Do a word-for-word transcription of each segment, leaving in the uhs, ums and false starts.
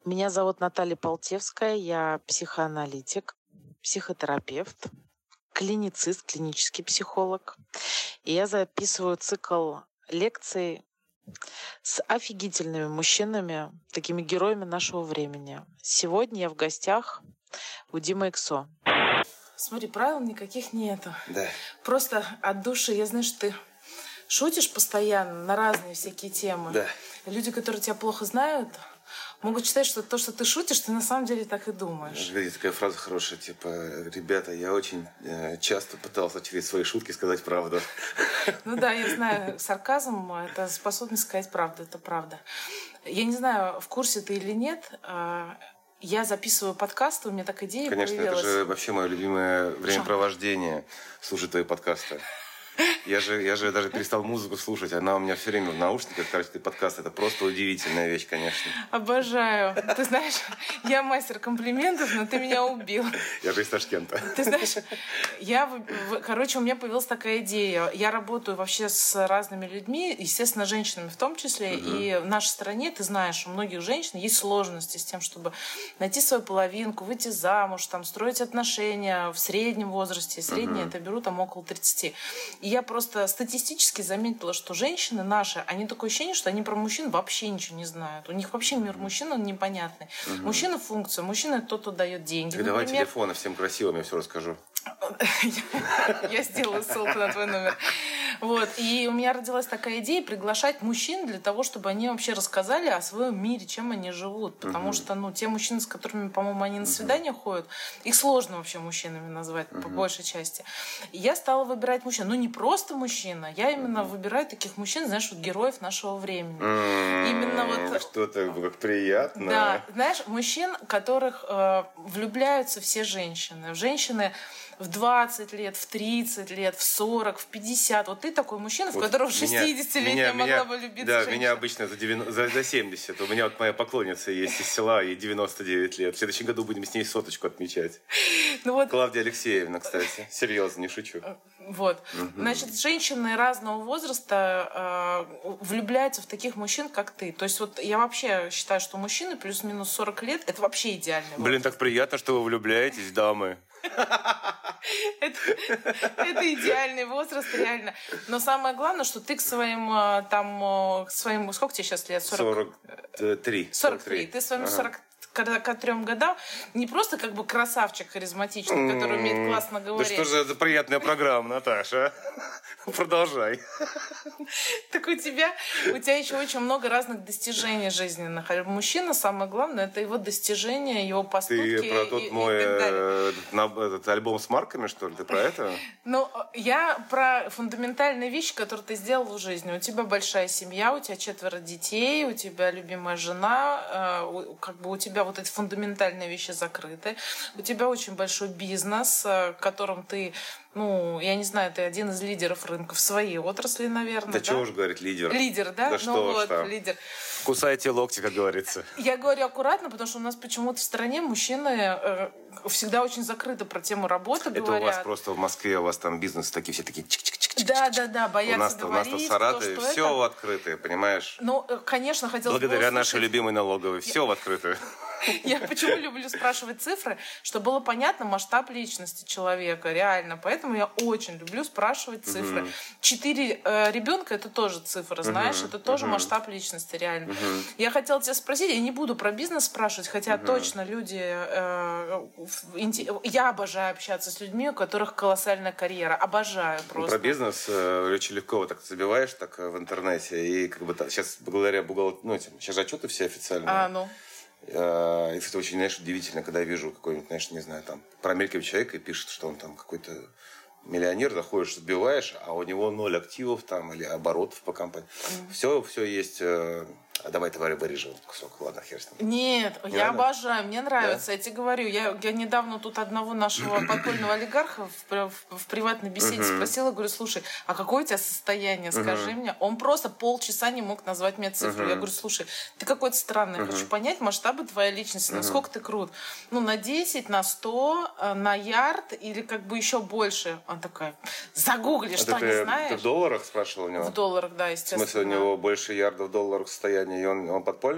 Меня зовут Наталья Полтевская, я психоаналитик, психотерапевт, клиницист, клинический психолог. И я записываю цикл лекций с офигительными мужчинами, такими героями нашего времени. Сегодня я в гостях у Димы Иксо. Смотри, правил никаких нету. Да. Просто от души, я знаю, что ты шутишь постоянно на разные всякие темы. Да. Люди, которые тебя плохо знают, могут считать, что то, что ты шутишь, ты на самом деле так и думаешь. Есть такая фраза хорошая, типа, ребята, я очень э, часто пытался через свои шутки сказать правду. Ну да, я знаю, сарказм — это способность сказать правду, это правда. Я не знаю, в курсе ты или нет, я записываю подкасты, у меня так идея Конечно, появилась. это же вообще мое любимое времяпровождение, слушать твои подкасты. Я же, я же даже перестал музыку слушать, она у меня все время в наушниках, короче, подкаст. Это просто удивительная вещь, конечно. Обожаю. Ты знаешь, я мастер комплиментов, но ты меня убил. Я же из Ташкента. Ты знаешь, я, короче, у меня появилась такая идея. Я работаю вообще с разными людьми, естественно, женщинами в том числе. Uh-huh. И в нашей стране, ты знаешь, у многих женщин есть сложности с тем, чтобы найти свою половинку, выйти замуж, там, строить отношения в среднем возрасте. Среднее uh-huh. это беру там около тридцати. И я просто статистически заметила, что женщины наши, они такое ощущение, что они про мужчин вообще ничего не знают. У них вообще мир мужчин, он непонятный. Угу. Мужчина — функция, мужчина — тот, кто дает деньги. Так давай телефоны всем красивым, я все расскажу. Я сделаю ссылку на твой номер. Вот. И у меня родилась такая идея приглашать мужчин для того, чтобы они вообще рассказали о своем мире, чем они живут. Потому uh-huh. что, ну, те мужчины, с которыми, по-моему, они на свидание uh-huh. ходят, их сложно вообще мужчинами назвать, uh-huh. по большей части. И я стала выбирать мужчин. Ну, не просто мужчина, я именно uh-huh. выбираю таких мужчин, знаешь, вот героев нашего времени. Uh-huh. Именно вот... Что-то как приятно. Да, знаешь, мужчин, в которых э, влюбляются все женщины. Женщины в двадцать лет, в тридцать лет, в сорок, в пятьдесят. Вот ты такой мужчина, вот в котором шестидесятилетняя могла меня, бы любиться да, женщина. Да, меня обычно за, девяносто, за, за семьдесят. У меня вот моя поклонница есть из села, ей девяносто девять лет. В следующем году будем с ней соточку отмечать. Ну вот. Клавдия Алексеевна, кстати. Серьезно, не шучу. Вот. Угу. Значит, женщины разного возраста э, влюбляются в таких мужчин, как ты. То есть вот я вообще считаю, что мужчины плюс-минус сорок лет — это вообще идеальный возраст. Блин, так приятно, что вы влюбляетесь, дамы. Это, это идеальный возраст, реально. Но самое главное, что ты к своим, там, к своим, сколько тебе сейчас лет? сорок три. сорок три. Ты своим сорок к трем годам не просто как бы красавчик харизматичный, который умеет классно говорить. Да что же это приятная программа, Наташа. Продолжай. Так у тебя, у тебя еще очень много разных достижений жизненных. А мужчина, самое главное, это его достижения, его поступки. Ты про тот и, мой и э, этот альбом с марками, что ли? Ты про это? Ну, я про фундаментальные вещи, которые ты сделал в жизни. У тебя большая семья, у тебя четверо детей, у тебя любимая жена, э, как бы у тебя вот эти фундаментальные вещи закрыты. У тебя очень большой бизнес, в котором ты, ну, я не знаю, ты один из лидеров рынка в своей отрасли, наверное. Да, да? чего уж говорить, лидер. Лидер, да? Да ну что вот, ж там. Лидер. Кусайте локти, как говорится. Я говорю аккуратно, потому что у нас почему-то в стране мужчины э, всегда очень закрыты про тему работы Это говорят. У вас просто в Москве, у вас там бизнес такие все такие чик-чик-чик-чик. Да, да, да, боятся у нас, говорить. У нас в Саратове то, все это... в открытое, понимаешь? Ну, конечно, хотелось бы Благодаря услышать... нашей любимой налоговой. Все Я... в открытое. Я почему люблю спрашивать цифры, чтобы было понятно масштаб личности человека, реально. Поэтому я очень люблю спрашивать цифры. Uh-huh. Четыре э, ребенка — это тоже цифра, знаешь, uh-huh. это тоже uh-huh. масштаб личности, реально. Uh-huh. Я хотела тебя спросить, я не буду про бизнес спрашивать, хотя uh-huh. точно люди... Э, э, я обожаю общаться с людьми, у которых колоссальная карьера. Обожаю просто. Про бизнес э, очень легко вот так забиваешь так в интернете, и как бы так, сейчас благодаря бухгалтерии, ну, сейчас же отчеты все официальные. А, ну. И это очень, знаешь, удивительно, когда я вижу какой-нибудь, знаешь, не знаю, там, проамерикивый человек и пишет, что он там какой-то миллионер, заходишь, сбиваешь, а у него ноль активов там или оборотов по компании. Mm. Все, все есть. Э, а давай, товарищ, вырежем кусок. Ладно, хер с ним. Нет, не я надо? Обожаю, мне нравится. Да? Я тебе говорю, я, я недавно тут одного нашего подпольного олигарха в, в, в приватной беседе uh-huh. спросила, говорю, слушай, а какое у тебя состояние, скажи uh-huh. мне. Он просто полчаса не мог назвать мне цифру. Uh-huh. Я говорю, слушай, ты какой-то странный, uh-huh. хочу понять масштабы твоей личности, uh-huh. насколько ты крут. Ну, на десять, на сто, на ярд или как бы еще больше. Он такой, загугли, что, ты, не знаешь? Ты в долларах спрашивал у него? В долларах, да, естественно. В смысле, у него больше ярдов в долларах состояние, и он, он подпольный?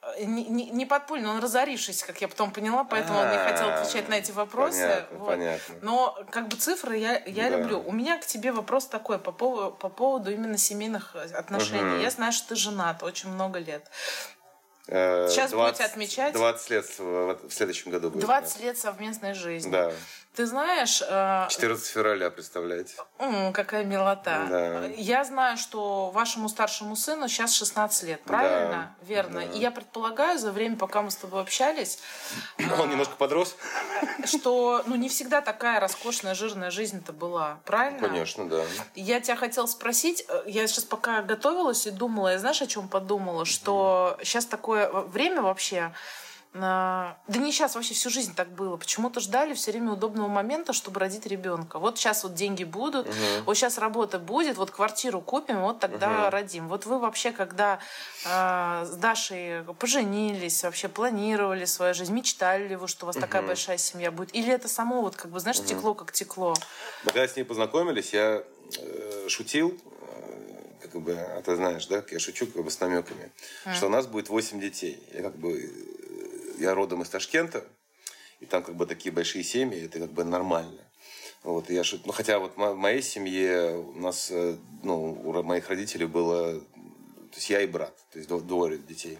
Не, не, не подпольно, он разорившийся, как я потом поняла, поэтому он не хотел отвечать на эти вопросы. Понятно, вот. понятно. Но как бы цифры я, я да. люблю. У меня к тебе вопрос такой по поводу, по поводу именно семейных отношений. Угу. Я знаю, что ты женат очень много лет. Сейчас двадцать, будете отмечать... двадцать лет в, в следующем году будет. двадцать лет совместной жизни. Да. Ты знаешь... четырнадцатого февраля, представляете? М, какая милота. Да. Я знаю, что вашему старшему сыну сейчас шестнадцать лет, правильно? Да. Верно. Да. И я предполагаю, за время, пока мы с тобой общались... Он немножко подрос? Что ну, не всегда такая роскошная, жирная жизнь-то была, правильно? Конечно, да. Я тебя хотела спросить, я сейчас пока готовилась и думала, я знаешь, о чем подумала? Что сейчас такое время вообще... Да не сейчас, вообще всю жизнь так было. Почему-то ждали все время удобного момента, чтобы родить ребенка. Вот сейчас вот деньги будут, угу. вот сейчас работа будет, вот квартиру купим, вот тогда угу. родим. Вот вы вообще, когда э, с Дашей поженились, вообще планировали свою жизнь, мечтали ли вы, что у вас угу. такая большая семья будет? Или это само, вот как бы, знаешь, угу. текло как текло? Когда с ней познакомились, я э, шутил, э, как бы, а ты знаешь, да, я шучу как бы с намеками, угу. что у нас будет восемь детей. Я как бы... Я родом из Ташкента, и там как бы такие большие семьи, это как бы нормально. Вот, и я шут... ну, хотя вот в моей семье у нас, ну, у моих родителей было, то есть я и брат, то есть двое детей.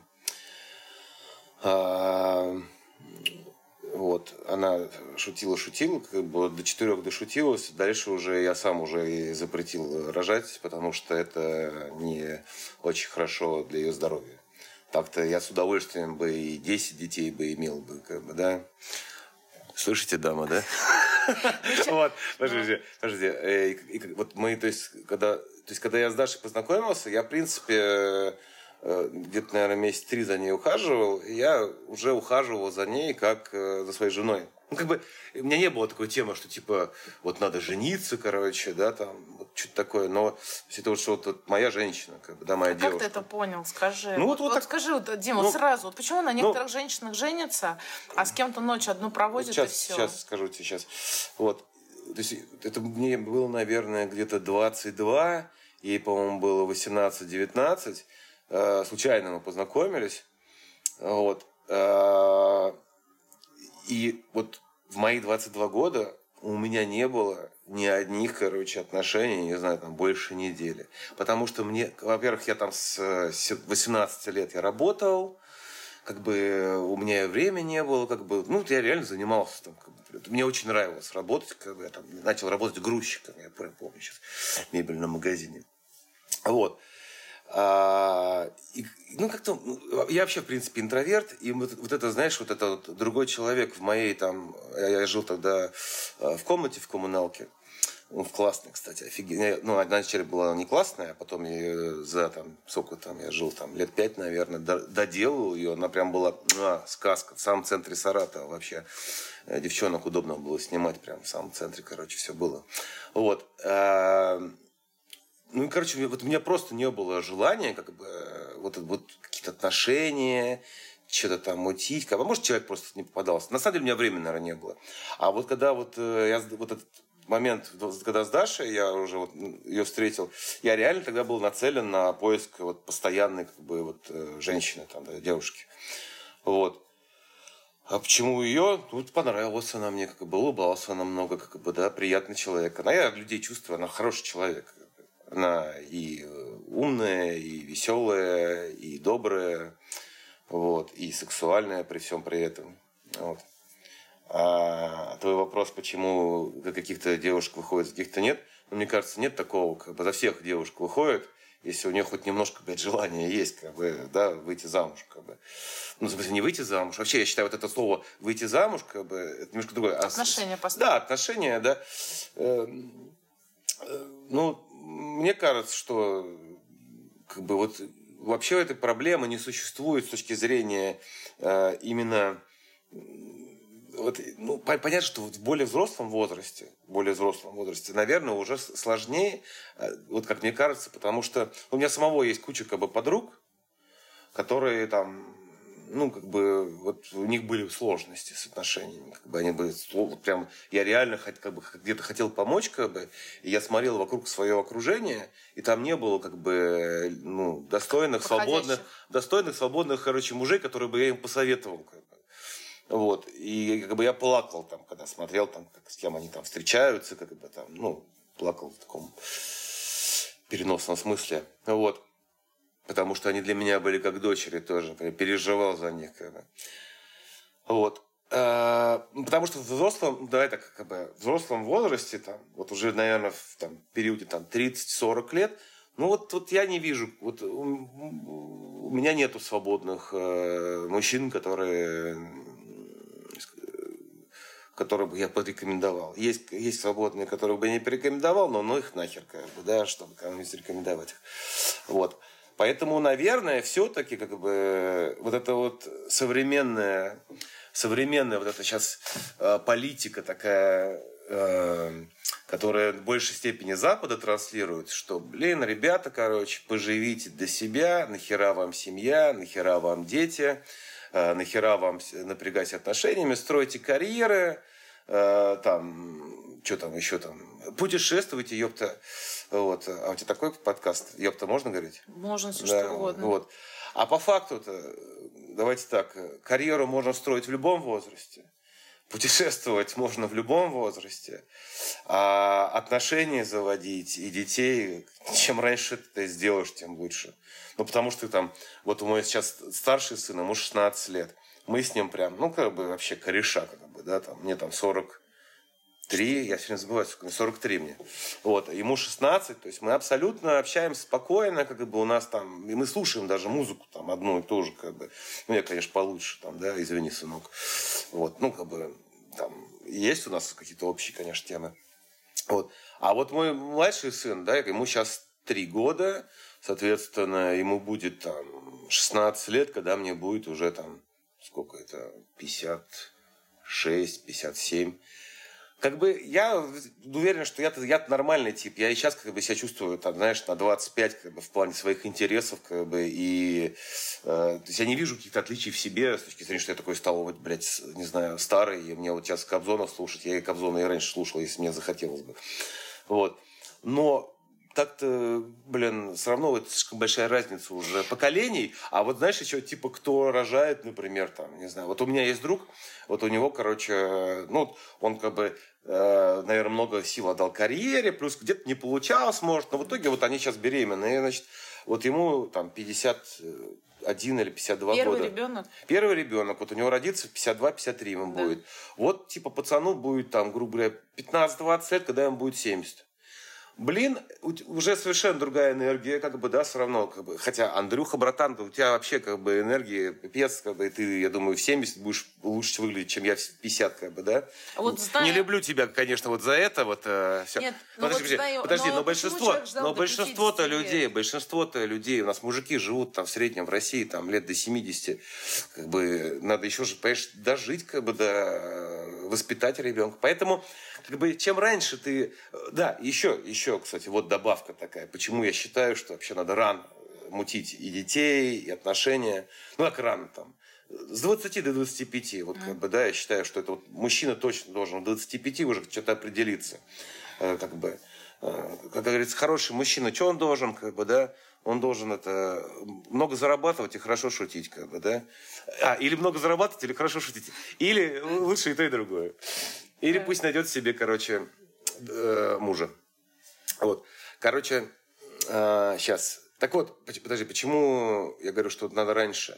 А... Вот, она шутила-шутила, как бы до четырех дошутилась, дальше уже я сам уже и запретил рожать, потому что это не очень хорошо для ее здоровья. Так-то я с удовольствием бы и десять детей бы имел бы, как бы, да. Слышите, дама, да? Вот, подождите, подождите. Вот мы, то есть, когда, то есть, когда я с Дашей познакомился, я, в принципе, где-то, наверное, месяц три за ней ухаживал, и я уже ухаживал за ней, как за своей женой. Ну, как бы, у меня не было такой темы, что, типа, вот надо жениться, короче, да, там, вот что-то такое, но это вот что вот моя женщина, как бы, да, моя а девушка. Как ты это понял? Скажи. Ну, вот, вот, вот вот так... скажи, вот, Дима, ну, вот сразу, вот почему на некоторых ну, женщинах женятся, а с кем-то ночь одну проводят, сейчас, и все? Сейчас скажу тебе, сейчас. Вот, то есть, это мне было, наверное, где-то двадцать два, ей, по-моему, было восемнадцать-девятнадцать, случайно мы познакомились, вот, и вот в мои двадцать два года у меня не было ни одних, короче, отношений, не знаю, там, больше недели. Потому что мне, во-первых, я там с восемнадцати лет я работал, как бы у меня времени не было, как бы, ну, я реально занимался там, как бы, мне очень нравилось работать, как бы, я там начал работать грузчиком, я помню сейчас, в мебельном магазине. Вот. А, и, ну, как-то, я вообще, в принципе, интроверт, и вот, вот это, знаешь, вот это вот другой человек в моей там, я, я жил тогда в комнате в коммуналке, в классной, кстати, офигенно, ну, одна часть была не классная, а потом я за там, сколько там, я жил там, лет пять, наверное, доделал ее, она прям была, а, сказка, в самом центре Саратова вообще, девчонок удобно было снимать, прям в самом центре, короче, все было, вот. Ну, и, короче, вот у меня просто не было желания, как бы, вот, вот какие-то отношения, что-то там мутить. А может, человек просто не попадался. На самом деле, у меня времени, наверное, не было. А вот когда вот я вот этот момент, когда с Дашей я уже вот ее встретил, я реально тогда был нацелен на поиск вот постоянной, как бы, вот женщины, там, да, девушки. Вот. А почему ее? Тут понравилась она мне, как бы, улыбалась она много, как бы, да, приятный человек. Она, я людей чувствую, она хороший человек. Она и умная, и веселая, и добрая, вот, и сексуальная при всем при этом. Вот. А твой вопрос, почему за каких-то девушек выходит, за каких-то нет, ну, мне кажется, нет такого, как бы за всех девушек выходит, если у нее хоть немножко, блядь, желания есть, как бы, да, выйти замуж, как бы. Ну, в смысле, не выйти замуж. Вообще, я считаю, вот это слово «выйти замуж», как бы, это немножко другое. Отношения поставить. Да, отношения, да. Ну, мне кажется, что как бы вот вообще этой проблемы не существует с точки зрения э, именно вот, ну, понятно, что в более взрослом возрасте, более взрослом возрасте, наверное, уже сложнее, э, вот как мне кажется, потому что у меня самого есть куча как бы подруг, которые там ну, как бы, вот у них были сложности с отношениями. Как бы они были, вот прям, я реально как бы, где-то хотел помочь, как бы, и я смотрел вокруг свое окружение, и там не было, как бы, ну, достойных, свободных, достойных, свободных, короче, мужей, которые бы я им посоветовал, как бы. Вот. И как бы я плакал там, когда смотрел, там, как, с кем они там встречаются, как бы там, ну, плакал в таком переносном смысле. Вот. Потому что они для меня были как дочери тоже. Я переживал за них. Как бы. Вот. А, потому что в взрослом, давай так, как бы, в взрослом возрасте, там, вот уже, наверное, в там, периоде там, тридцать-сорок лет, ну вот, вот я не вижу, вот у, у меня нету свободных э, мужчин, которые, которые бы я порекомендовал. Есть, есть свободные, которые бы я не порекомендовал, но ну их нахер, как бы, да, чтобы кому-нибудь рекомендовать их. Вот. Поэтому, наверное, все-таки как бы вот эта вот современная, современная вот эта сейчас э, политика такая, э, которая в большей степени Запада транслирует, что, блин, ребята, короче, поживите для себя, нахера вам семья, нахера вам дети, э, нахера вам напрягать отношениями, стройте карьеры, э, там, что там еще там, путешествуйте, ёпта. Вот. А у тебя такой подкаст, ёпта, можно говорить? Можно, все да, что угодно. Вот. А по факту-то, давайте так, карьеру можно строить в любом возрасте. Путешествовать можно в любом возрасте. А отношения заводить и детей, чем раньше ты это сделаешь, тем лучше. Ну, потому что там, вот у меня сейчас старший сын, ему шестнадцать лет. Мы с ним прям, ну, как бы вообще кореша, как бы, да, там, мне там сорок три, я сегодня забываю, сорок три мне. Вот, ему шестнадцать, то есть мы абсолютно общаемся спокойно, как бы у нас там, и мы слушаем даже музыку там одну и ту же, как бы. Ну, я, конечно, получше, там, да, извини, сынок. Вот, ну, как бы, там, есть у нас какие-то общие, конечно, темы. Вот. А вот мой младший сын, да, ему сейчас три года, соответственно, ему будет там шестнадцать лет, когда мне будет уже там, сколько это, пятьдесят шесть, пятьдесят семь. Как бы я уверен, что я-то, я-то нормальный тип. Я и сейчас как бы себя чувствую, там, знаешь, на двадцать пять как бы, в плане своих интересов. Как бы, и э, то есть я не вижу каких-то отличий в себе с точки зрения, что я такой стал, вот, блядь, не знаю, старый. И мне вот сейчас Кобзона слушать. Я и Кобзона и раньше слушал, если мне захотелось бы. Вот. Но так-то, блин, все равно это слишком большая разница уже поколений. А вот знаешь, еще типа кто рожает, например, там, не знаю. Вот у меня есть друг, вот у него, короче, ну, он как бы, э, наверное, много сил отдал карьере, плюс где-то не получалось, может, но в итоге вот они сейчас беременные, значит, вот ему там пятьдесят один или пятьдесят два Первый года. ребенок? Первый ребенок. Вот у него родится в пятьдесят два - пятьдесят три ему да. будет. Вот, типа, пацану будет там, грубо говоря, пятнадцать-двадцать лет, когда ему будет семьдесят. Блин, уже совершенно другая энергия, как бы, да, все равно, как бы. Хотя, Андрюха, братан, у тебя вообще, как бы, энергия пипец, как бы, и ты, я думаю, в семьдесят будешь лучше выглядеть, чем я в пятьдесят, как бы, да. А вот знаю... Не люблю тебя, конечно, вот за это, вот, э, все. Нет, подожди, вот подожди, знаю, подожди, но, но большинство, но большинство-то лет? людей, большинство-то людей, у нас мужики живут там в среднем в России, там, лет до семидесяти, как бы, надо еще же, понимаешь, дожить, как бы, до воспитать ребенка. Поэтому, как бы, чем раньше ты... Да, еще, еще, кстати, вот добавка такая. Почему я считаю, что вообще надо рано мутить и детей, и отношения. Ну, как рано там. С двадцати до двадцати пяти. Вот, как бы, да, я считаю, что это вот мужчина точно должен к двадцати пяти уже что-то определиться. Как бы, как говорится, хороший мужчина, что он должен, как бы, да? Он должен это много зарабатывать и хорошо шутить, как бы, да? А, или много зарабатывать, или хорошо шутить. Или лучше и то, и другое. Или пусть найдет себе, короче, мужа. Вот. Короче, сейчас. Так вот, подожди, почему я говорю, что надо раньше?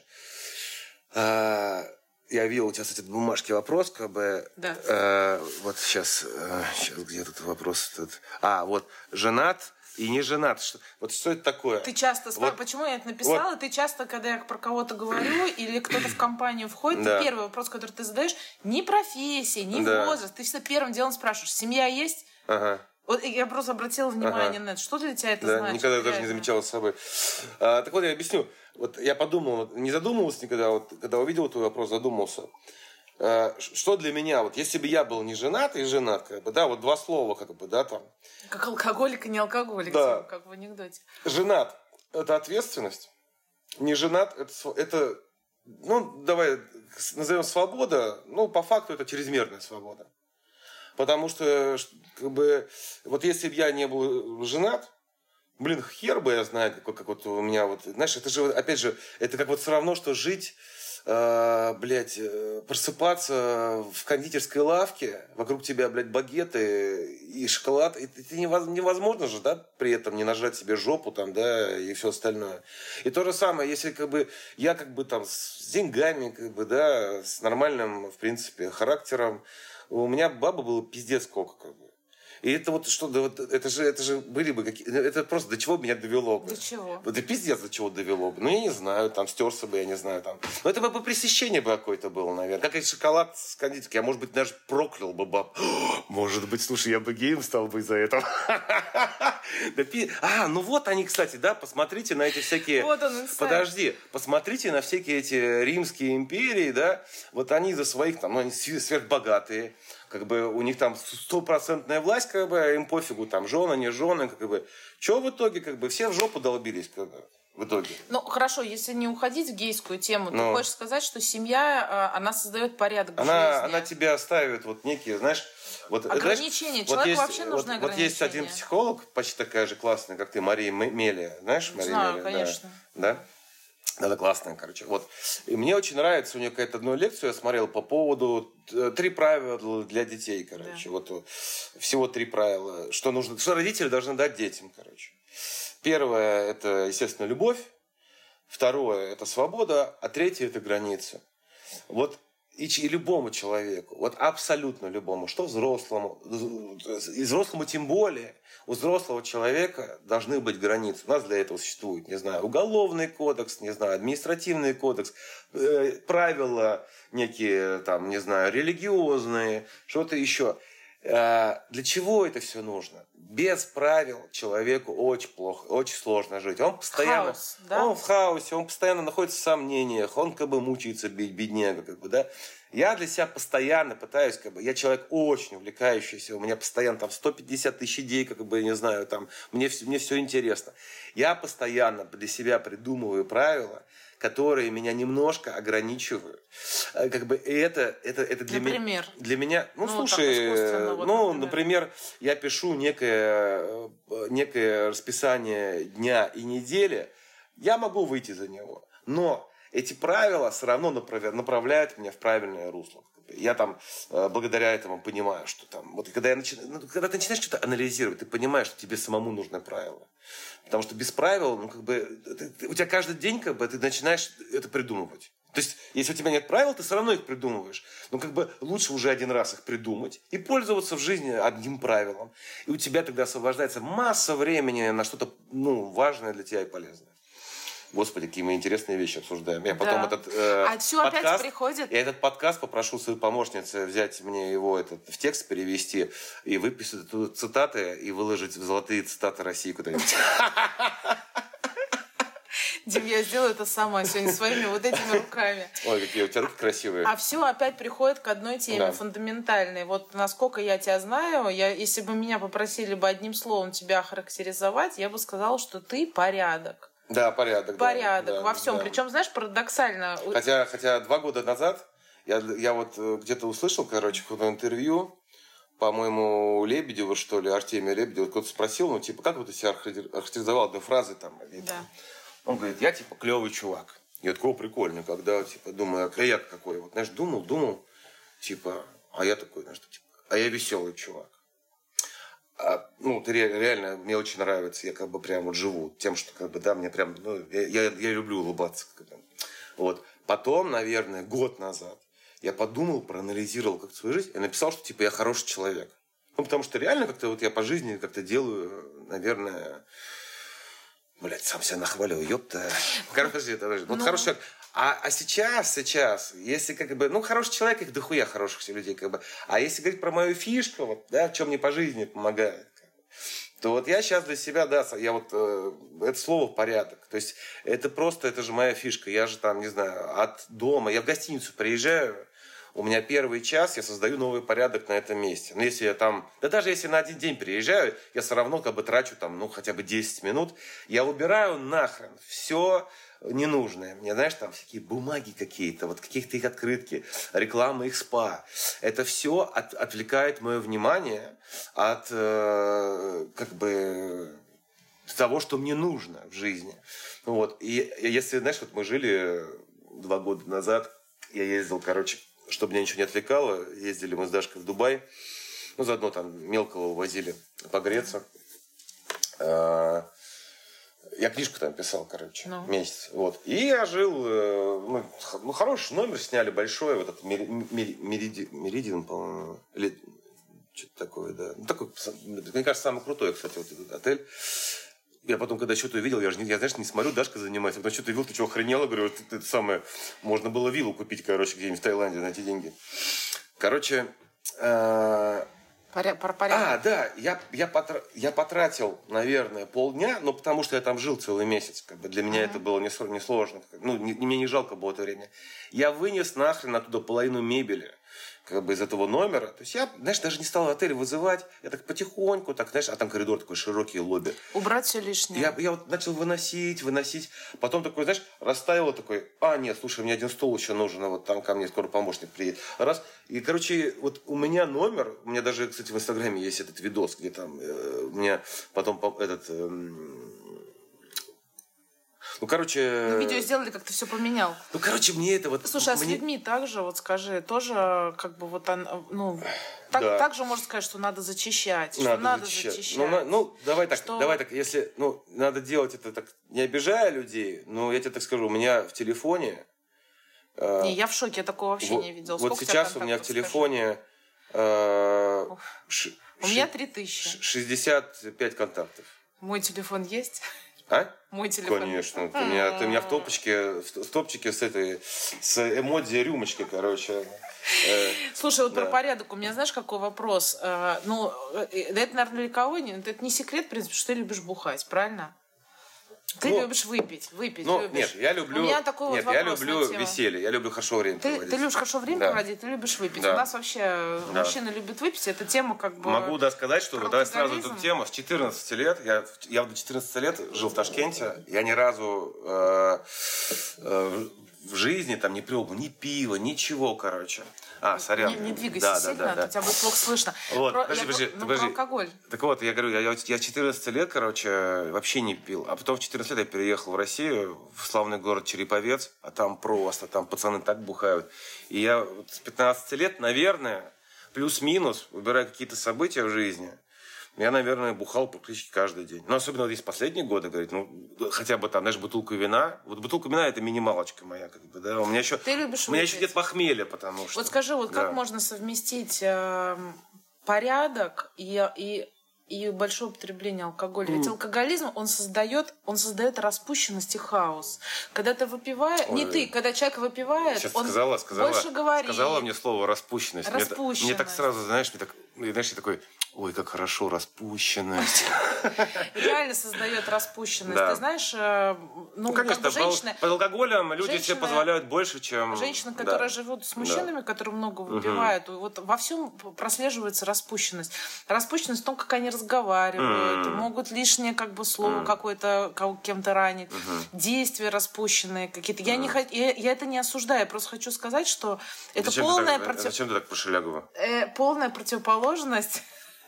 Я видел у тебя, кстати, в бумажке вопрос, как бы. Да. Э, вот сейчас, э, сейчас, где тут вопрос? Тут? А, вот, женат и не женат. Что, вот что это такое? Ты часто спрашиваешь, вот, почему я это написала? Вот. Ты часто, когда я про кого-то говорю, или кто-то в компанию входит, да. ты первый вопрос, который ты задаешь, ни профессия, ни да. возраст. Ты всегда первым делом спрашиваешь, семья есть? Ага. Вот я просто обратила внимание ага. на это. Что для тебя это да, значит? Никогда даже не замечала с собой. А, так вот, я объясню. Вот я подумал, не задумывался никогда, вот, когда увидел твой вопрос, задумался. А, что для меня, вот если бы я был не женат и женат, как бы, да, вот два слова, как бы, да, там. Как алкоголик и не алкоголик, да. как в анекдоте. Женат – это ответственность. Не женат – это, это ну, давай назовем свобода, ну, по факту это чрезмерная свобода. Потому что, как бы, вот если бы я не был женат, блин, хер бы я знаю, как, как вот у меня вот, знаешь, это же, опять же, это как вот все равно, что жить, э, блядь, просыпаться в кондитерской лавке, вокруг тебя, блядь, багеты и шоколад, это невозможно же, да, при этом не нажать себе жопу там, да, и все остальное. И то же самое, если как бы я как бы там с деньгами, как бы, да, с нормальным, в принципе, характером, у меня баба было пиздец сколько, как бы. И это вот что, да, вот, это же, это же были бы какие, это просто до чего меня довело бы. До чего? Вот, да пиздец до чего довело бы. Ну, я не знаю, там, стерся бы, я не знаю, там. Ну, это бы по пресыщению бы какое-то было, наверное. Как и шоколад с кондитеркой. Я, может быть, даже проклял бы баб. Может быть, слушай, я бы геем стал бы из-за этого. А, ну вот они, кстати, да, посмотрите на эти всякие... Вот он, инсайт. Подожди, посмотрите на всякие эти римские империи, да, вот они из-за своих, там, ну, они сверхбогатые, как бы у них там стопроцентная власть, как бы, им пофигу, там, жены, не жены, как бы. Че в итоге, как бы, все в жопу долбились, как бы, в итоге. Ну, хорошо, если не уходить в гейскую тему, ну, ты хочешь сказать, что семья, она создает порядок в она, жизни? Она тебя оставит вот некие, знаешь... Вот, ограничения. Знаешь, человеку вот есть, вообще нужны вот, ограничения. Вот есть один психолог, почти такая же классная, как ты, Мария Мелия. Знаешь, Мария Знаю, Мелия? конечно. Да? да? Она классная, короче. Вот. И мне очень нравится, у нее какая-то одну лекцию я смотрел по поводу три правила для детей, короче. Да. Вот всего три правила. Что нужно, что родители должны дать детям, короче. Первое, это, естественно, любовь. Второе, это свобода. А третье, это границы. Вот и, и любому человеку, вот абсолютно любому, что взрослому, и взрослому тем более, у взрослого человека должны быть границы. У нас для этого существует, не знаю, уголовный кодекс, не знаю, административный кодекс, э, правила некие, там, не знаю, религиозные, что-то еще. Э, для чего это все нужно? Без правил человеку очень плохо, очень сложно жить. Он постоянно, хаос, да? Он в хаосе, он постоянно находится в сомнениях, он как бы мучается, бедняга, как бы, да. Я для себя постоянно пытаюсь, как бы, я человек очень увлекающийся, у меня постоянно там сто пятьдесят тысяч идей, как бы, не знаю, там, мне, мне все интересно. Я постоянно для себя придумываю правила, которые меня немножко ограничивают. Как бы, и это, это, это для, например? Ми- для меня... Ну, ну слушай, вот, ну, например. например, я пишу некое, некое расписание дня и недели, я могу выйти за него, но эти правила все равно направляют меня в правильное русло. Я там благодаря этому понимаю, что там... Вот когда, я начи... ну, когда ты начинаешь что-то анализировать, ты понимаешь, что тебе самому нужны правила. Потому что без правил, ну, как бы, ты, у тебя каждый день, как бы, ты начинаешь это придумывать. То есть, если у тебя нет правил, ты все равно их придумываешь. Но, как бы, лучше уже один раз их придумать и пользоваться в жизни одним правилом. И у тебя тогда освобождается масса времени на что-то, ну, важное для тебя и полезное. Господи, какие мы интересные вещи обсуждаем. Я потом да. этот э, а все подкаст, опять приходит. Я этот подкаст попрошу свою помощницу взять мне его этот, в текст перевести и выписать оттуда цитаты и выложить в золотые цитаты России куда-нибудь. Дим, я сделаю это сама сегодня своими вот этими руками. Ой, какие у тебя руки красивые. А все опять приходит к одной теме, да. фундаментальной. Вот насколько я тебя знаю, я, если бы меня попросили бы одним словом тебя охарактеризовать, я бы сказала, что ты порядок. Да, порядок. Порядок да, во всем. Да. Причем, знаешь, парадоксально. Хотя, хотя два года назад я, я вот где-то услышал, короче, какое-то интервью, по-моему, Лебедева, что ли, Артемия Лебедева, кто-то спросил, ну, типа, как вот ты себя охарактеризовал одной фразой там? Да. Он говорит, я, типа, клевый чувак. Я такой, прикольно, когда, типа, думаю, а я какой? Вот, знаешь, думал, думал, типа, а я такой, знаешь, типа, а я веселый чувак. А, ну, ты реально, мне очень нравится, я как бы прям вот живу тем, что как бы, да, мне прям, ну, я, я, я люблю улыбаться. Как бы. Вот. Потом, наверное, год назад я подумал, проанализировал как-то свою жизнь и написал, что, типа, я хороший человек. Ну, потому что реально как-то вот я по жизни как-то делаю, наверное, блядь, сам себя нахвалил, ёпта. Короче, это, вот хороший человек. А, а сейчас, сейчас, если как бы, ну, хороший человек, их дохуя хороших людей, как бы. А если говорить про мою фишку, вот, да, в чем мне по жизни помогает, как бы, то вот я сейчас для себя, да, я вот, э, это слово порядок. То есть, это просто, это же моя фишка. Я же там, не знаю, от дома, я в гостиницу приезжаю, у меня первый час, я создаю новый порядок на этом месте. Но если я там, да даже если на один день приезжаю, я все равно как бы трачу там, ну, хотя бы десять минут. Я убираю нахрен все ненужное. Мне, знаешь, там всякие бумаги какие-то, вот каких-то их открытки, реклама их спа. Это все от, отвлекает мое внимание от э, как бы того, что мне нужно в жизни. Вот. И если, знаешь, вот мы жили два года назад, я ездил, короче, чтобы меня ничего не отвлекало, ездили мы с Дашкой в Дубай, ну, заодно там мелкого увозили погреться. Я книжку там писал, короче, no. месяц. Вот. И я жил, ну, ну, хороший номер сняли, большой, вот этот Меридиан, Меридиан, по-моему, или что-то такое, да. Ну, такой, мне кажется, самый крутой, кстати, вот этот отель. Я потом, когда что-то увидел, я же, я, знаешь, не смотрю, Дашка занимается, потом что-то видел, ты что, охренела? Говорю, это, это самое, можно было виллу купить, короче, где-нибудь в Таиланде на эти деньги. Короче, э- Про порядок. А, да, я, я, потра... я потратил, наверное, полдня, но потому что я там жил целый месяц. Как бы для меня uh-huh. это было несложно. Ну, не, мне не жалко было это время. Я вынес нахрен оттуда половину мебели, как бы из этого номера. То есть я, знаешь, даже не стал отель вызывать. Я так потихоньку, так, знаешь, а там коридор такой широкий, лобби. Убрать все лишнее. Я, я вот начал выносить, выносить. Потом такой, знаешь, расставил такой, а, нет, слушай, мне один стол еще нужен, а вот там ко мне скоро помощник приедет. Раз. И, короче, вот у меня номер, у меня даже, кстати, в Инстаграме есть этот видос, где там э, у меня потом этот... Э, Ну, короче... Ну, видео сделали, как ты все поменял. Ну, короче, мне это вот... Слушай, а мне... с людьми также, вот скажи, тоже как бы вот, ну... Так, да. так же можно сказать, что надо зачищать. Надо, что надо зачищать. зачищать. Ну, на, ну, давай так, что... давай так, если... Ну, надо делать это так, не обижая людей, но я тебе так скажу, у меня в телефоне... Э, не, я в шоке, я такого вообще вот, не видела. Вот сейчас у меня в телефоне... Э, ш, у меня три тысячи. шестьдесят пять контактов. Мой телефон есть? А? Мой телефон. Конечно. Ты меня, ты меня в топочке, в топчике с этой, с эмодзи рюмочки, короче. Слушай, вот да. про порядок у меня, знаешь, какой вопрос? Ну, это, наверное, для кого-нибудь, это не секрет, в принципе, что ты любишь бухать, правильно? Ты ну, любишь выпить, выпить ну, любишь. Нет, я люблю, у меня такой нет, вот я люблю веселье, я люблю хорошо время ты, проводить. Ты любишь хорошо время да. проводить, ты любишь выпить. Да. У нас вообще да. мужчины любят выпить, это тема как бы... Могу да, сказать, что давай сразу эту тему. С четырнадцати лет, я, я до четырнадцати лет жил в Ташкенте, я ни разу э, э, в жизни там не пил ни пива, ничего, короче. А, сорян. Не, не двигайся да, сильно, да, да, а то тебя будет плохо слышно. Вот, про, подожди, я, подожди, ну, подожди. Про алкоголь. Так вот, я говорю, я, я, я четырнадцать лет, короче, вообще не пил. А потом в четырнадцать лет я переехал в Россию, в славный город Череповец, а там просто, там пацаны так бухают. И я вот с пятнадцати лет, наверное, плюс-минус, выбирая какие-то события в жизни, я, наверное, бухал практически каждый день. Но особенно вот здесь последние годы, говорит, ну, хотя бы там, знаешь, бутылку вина. Вот бутылка вина – это минималочка моя, как бы, да. У меня еще, Ты любишь у меня еще нет похмелья, потому что... Вот скажи, вот да. как можно совместить э, порядок и, и, и большое употребление алкоголя? Mm. Ведь алкоголизм, он создает, он создает распущенность и хаос. Когда ты выпиваешь... Ой. Не ты, когда человек выпивает, сейчас он сказала, сказала, больше говорит. Сказала мне слово «распущенность». Распущенность. Мне, мне так сразу, знаешь, мне так, знаешь, я такой... Ой, как хорошо, распущенность. Реально создает распущенность. Да. Ты знаешь, ну, ну конечно, как бы женщины... под алкоголем люди женщины, себе позволяют больше, чем... Женщины, которые да. живут с мужчинами, да. которые много выпивают, угу. вот во всем прослеживается распущенность. Распущенность в том, как они разговаривают, mm. могут лишнее как бы слово mm. какое-то кем-то ранить, mm-hmm. действия распущенные какие-то. Mm. Я, не х... я, я это не осуждаю, я просто хочу сказать, что это зачем полная... Ты так, против... Зачем ты так про Шелягова? Э, полная противоположность...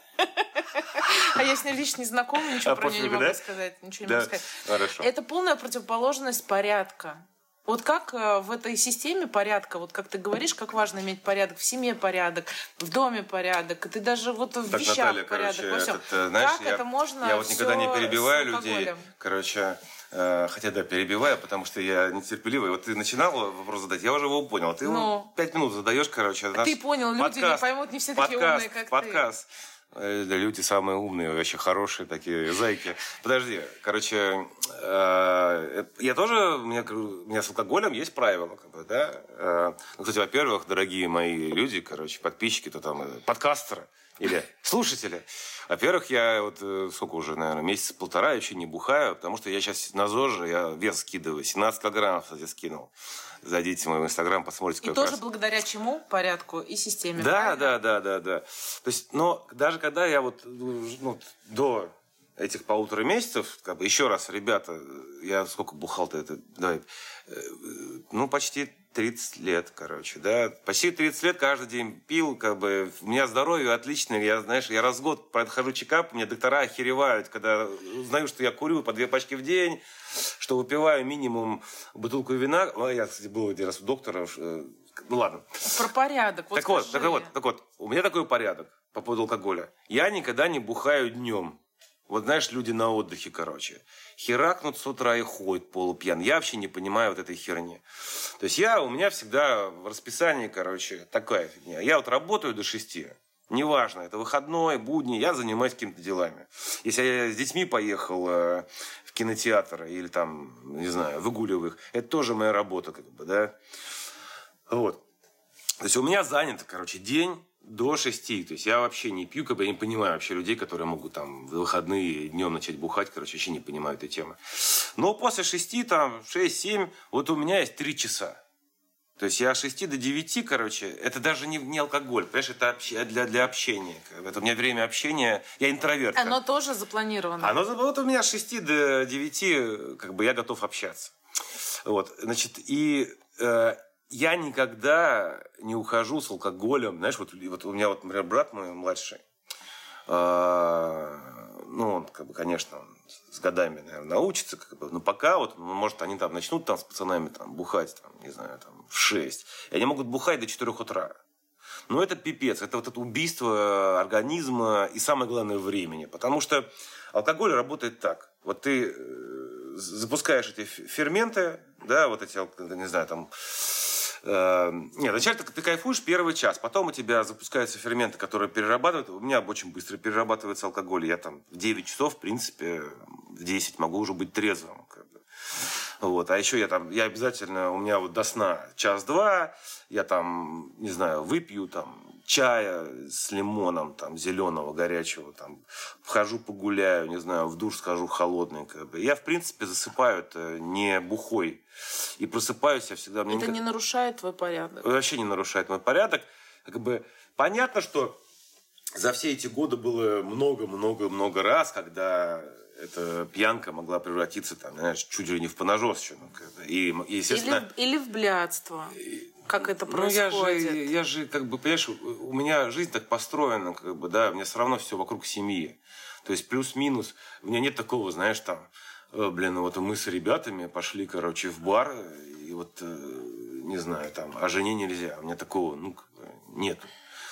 А я с ней лично не знакома, ничего а про нее не могу да? сказать. Ничего не да. могу сказать. Хорошо. Это полная противоположность порядка. Вот как в этой системе порядка, вот как ты говоришь, как важно иметь порядок, в семье порядок, в доме порядок, ты даже вот в так, вещах Наталья, порядок, короче, во всем. Этот, знаешь, как я, это можно Я вот никогда не перебиваю людей. Короче, э, хотя да, перебиваю, потому что я нетерпеливый. Вот ты начинала вопрос задать, я уже его понял. Ты его пять минут задаешь, короче. Ты понял, подкаст, люди не поймут, не все подкаст, такие умные, как подкаст. ты. Да, люди самые умные, вообще хорошие такие зайки. Подожди, короче, э, я тоже, у меня, у меня с алкоголем есть правила, как бы, да. Э, ну, кстати, во-первых, дорогие мои люди, короче, подписчики, то там, подкастеры или слушатели. Во-первых, я вот сколько уже, наверное, месяца полтора еще не бухаю, потому что я сейчас на ЗОЖе, я вес скидываю, семнадцать килограммов, кстати, скинул. Зайдите в мой инстаграм, посмотрите. И тоже раз. Благодаря чему? Порядку и системе. Да, да, да, да, да. То есть, но даже когда я вот ну, до этих полутора месяцев, как бы, еще раз, ребята, я сколько бухал-то это, давай, ну, почти тридцать лет, короче, да, почти тридцать лет каждый день пил, как бы, у меня здоровье отличное, я, знаешь, я раз в год прохожу чекап, у меня доктора охеревают, когда узнаю, что я курю по две пачки в день, что выпиваю минимум бутылку вина, я, кстати, был один раз у доктора, ну, ладно. Про порядок, вот так скажи. вот, так вот, так вот, у меня такой порядок по поводу алкоголя. Я никогда не бухаю днем. Вот знаешь, люди на отдыхе, короче, херакнут с утра и ходят полупьян. Я вообще не понимаю вот этой херни. То есть я, у меня всегда в расписании, короче, такая фигня. Я вот работаю до шести. Неважно, это выходной, будни, я занимаюсь какими-то делами. Если я с детьми поехал э, в кинотеатр или там, не знаю, выгуливаю их, это тоже моя работа, как бы, да. Вот. То есть у меня занят, короче, день до шести. То есть я вообще не пью, как бы я не понимаю вообще людей, которые могут там в выходные днем начать бухать. Короче, вообще не понимаю этой темы. Но после шести, там, шесть-семь, вот у меня есть три часа. То есть я с шести до девяти, короче, это даже не, не алкоголь, понимаешь, это обще, для, для общения. Это у меня время общения, я интроверт. Оно тоже запланировано. Оно, вот у меня с шести до девяти, как бы я готов общаться. Вот, значит, и... Э, я никогда не ухожу с алкоголем. Знаешь, вот, вот у меня, вот, например, брат мой младший, э, ну, он, как бы, конечно, он с годами, наверное, научится, как бы, но пока вот, ну, может, они там начнут там с пацанами там бухать, там, не знаю, там, в шесть, и они могут бухать до четырех утра. Но это пипец, это вот это убийство организма и, самое главное, времени. Потому что алкоголь работает так. Вот ты запускаешь эти ферменты, да, вот эти, не знаю, там... Нет, вначале ты, ты кайфуешь первый час, потом у тебя запускаются ферменты, которые перерабатывают. У меня очень быстро перерабатывается алкоголь. Я там в девять часов, в принципе, в десять могу уже быть трезвым. Как бы. Вот. А еще я там, я обязательно, у меня вот до сна час-два, я там, не знаю, выпью там чая с лимоном, там, зеленого, горячего, там, вхожу, погуляю, не знаю, в душ схожу холодный. Как бы. Я, в принципе, засыпаю это не бухой. И просыпаюсь я всегда... Это никак... не нарушает твой порядок? Вообще не нарушает мой порядок. Как бы понятно, что за все эти годы было много-много-много раз, когда эта пьянка могла превратиться, там, знаешь, чуть ли не в поножовщину. И, и, естественно... Или, или в блядство. И... Как это происходит? Ну, я же, я же, как бы, понимаешь, у меня жизнь так построена, как бы, да, у меня все равно все вокруг семьи. То есть плюс-минус, у меня нет такого, знаешь, там, блин, ну вот мы с ребятами пошли, короче, в бар, и вот, не знаю, там, а жене нельзя. У меня такого, ну, нету.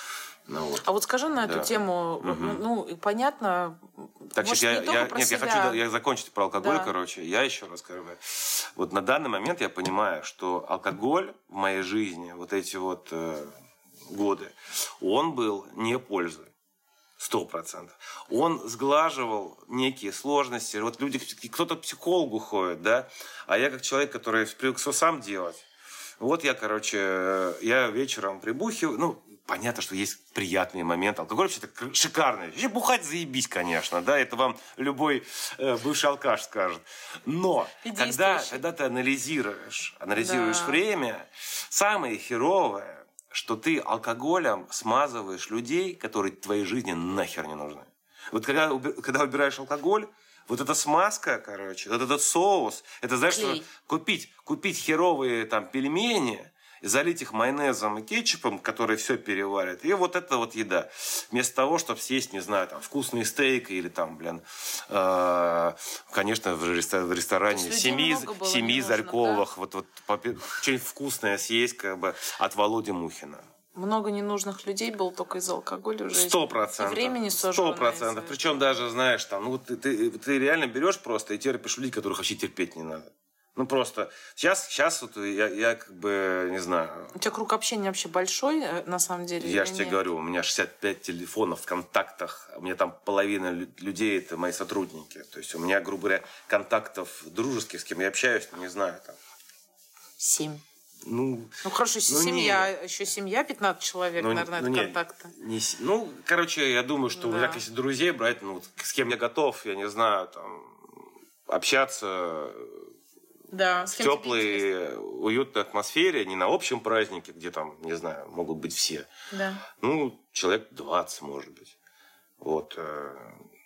Ну, вот. А вот скажи на эту да. тему, угу. ну, понятно, так, может, я, не только я, про нет, себя. я хочу я закончить про алкоголь, да. короче. Я еще раз говорю. Вот на данный момент я понимаю, что алкоголь в моей жизни, вот эти вот э, годы, он был не пользой. Сто процентов. Он сглаживал некие сложности. Вот люди, кто-то к психологу ходит, да, а я как человек, который привык все сам делать. Вот я, короче, я вечером прибухиваю, ну, понятно, что есть приятные моменты. Алкоголь вообще шикарный. Вообще бухать заебись, конечно, да, это вам любой э, бывший алкаш скажет. Но когда, когда ты анализируешь, анализируешь да. время, самое херовое, что ты алкоголем смазываешь людей, которые твоей жизни нахер не нужны. Вот когда, когда убираешь алкоголь, вот эта смазка, короче, вот этот соус, это, знаешь, что купить, купить херовые там пельмени, залить их майонезом и кетчупом, который все переварит, и вот это вот еда. Вместо того, чтобы съесть, не знаю, там, вкусный стейк или там, блин, э, конечно, в, рестор- в ресторане семьи, семьи Зарьковых, да? вот, вот что-нибудь вкусное съесть, как бы, от Володи Мухина. Много ненужных людей было только из-за алкоголя в жизни. Сто процентов. И времени Сто процентов. Причем даже, знаешь, там, ну, ты, ты, ты реально берешь просто и терпишь людей, которых вообще терпеть не надо. Ну, просто сейчас, сейчас вот я, я как бы, не знаю... У тебя круг общения вообще большой, на самом деле? Я же тебе говорю, у меня шестьдесят пять телефонов в контактах, у меня там половина людей, это мои сотрудники. То есть у меня, грубо говоря, контактов дружеских, с кем я общаюсь, не знаю, там... Семь. Ну, ну, хорошо, если ну, семья, не... еще семья, пятнадцать человек, ну, наверное, ну, это контакты. Не, не, ну, короче, я думаю, что да. у меня, если друзей брать, ну, с кем я готов, я не знаю, там, общаться да, в теплой, уютной атмосфере, не на общем празднике, где там, не знаю, могут быть все. Да. Ну, человек двадцать, может быть. Вот.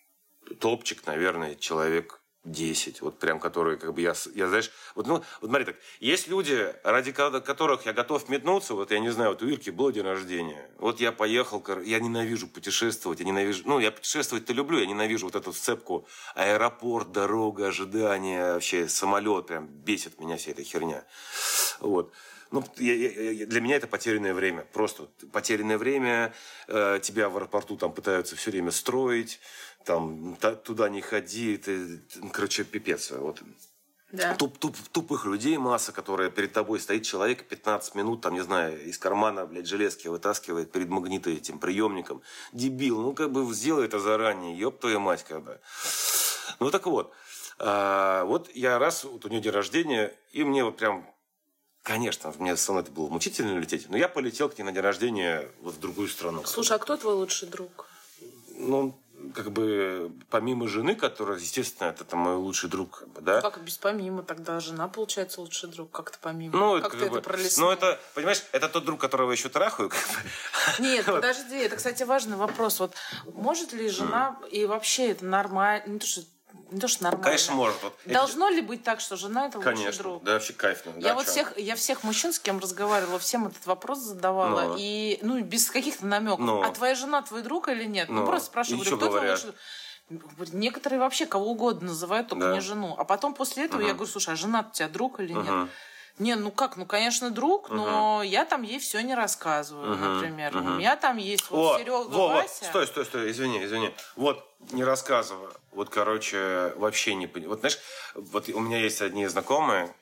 топчик, наверное, человек десять, вот прям, которые, как бы, я, я знаешь, вот, ну, вот смотри так, есть люди, ради которых я готов метнуться, вот, я не знаю, вот у Ирки был день рождения, вот я поехал, я ненавижу путешествовать, я ненавижу, ну, я путешествовать-то люблю, я ненавижу вот эту сцепку, аэропорт, дорога, ожидание, вообще, самолет, прям бесит меня вся эта херня, вот. Ну, я, я, для меня это потерянное время. Просто потерянное время. Э, тебя в аэропорту там пытаются все время строить. Там, та, туда не ходи. Ты, короче, пипец. Вот. Да. Туп, туп, тупых людей масса, которая перед тобой стоит человек пятнадцать минут, там, не знаю, из кармана, блядь, железки вытаскивает перед магнитой этим приемником. Дебил. Ну, как бы сделай это заранее. Ёб твою мать, как бы. Ну, так вот. А, вот я раз, вот у нее день рождения, и мне вот прям... Конечно, мне самому это было мучительно лететь, но я полетел к ней на день рождения вот в другую страну. Слушай, а кто твой лучший друг? Ну, как бы, помимо жены, которая, естественно, это, это мой лучший друг, как бы, да. Как без помимо? Тогда жена, получается, лучший друг. Как-то помимо. Ну, как как ты бы, это пролистнул? Ну, это, понимаешь, это тот друг, которого я еще трахаю, как бы. Нет, подожди, это, кстати, важный вопрос. Вот может ли жена, и вообще это нормально, не то, что Не то, что нормально. Конечно, может. Вот Должно эти... ли быть так, что жена это Конечно, лучший друг? Да, вообще кайф. Ну, я да, вот что? всех, я всех мужчин, с кем разговаривала, всем этот вопрос задавала. Ну. И, ну, без каких-то намеков. Ну. А твоя жена твой друг или нет? Ну, Ну. просто спрашиваю, говорю, кто твой лучший друг? Некоторые вообще кого угодно называют, только да. не жену. А потом после этого угу. я говорю, слушай, а жена у тебя друг или нет? Угу. Не, ну как, ну, конечно, друг, но uh-huh. я там ей все не рассказываю, uh-huh. например. Uh-huh. У меня там есть вот О, Серега, во, Вася. Вот. Стой, стой, стой, извини, извини. Вот, не рассказываю. Вот, короче, вообще не понимаю. Вот, знаешь, вот у меня есть одни знакомые,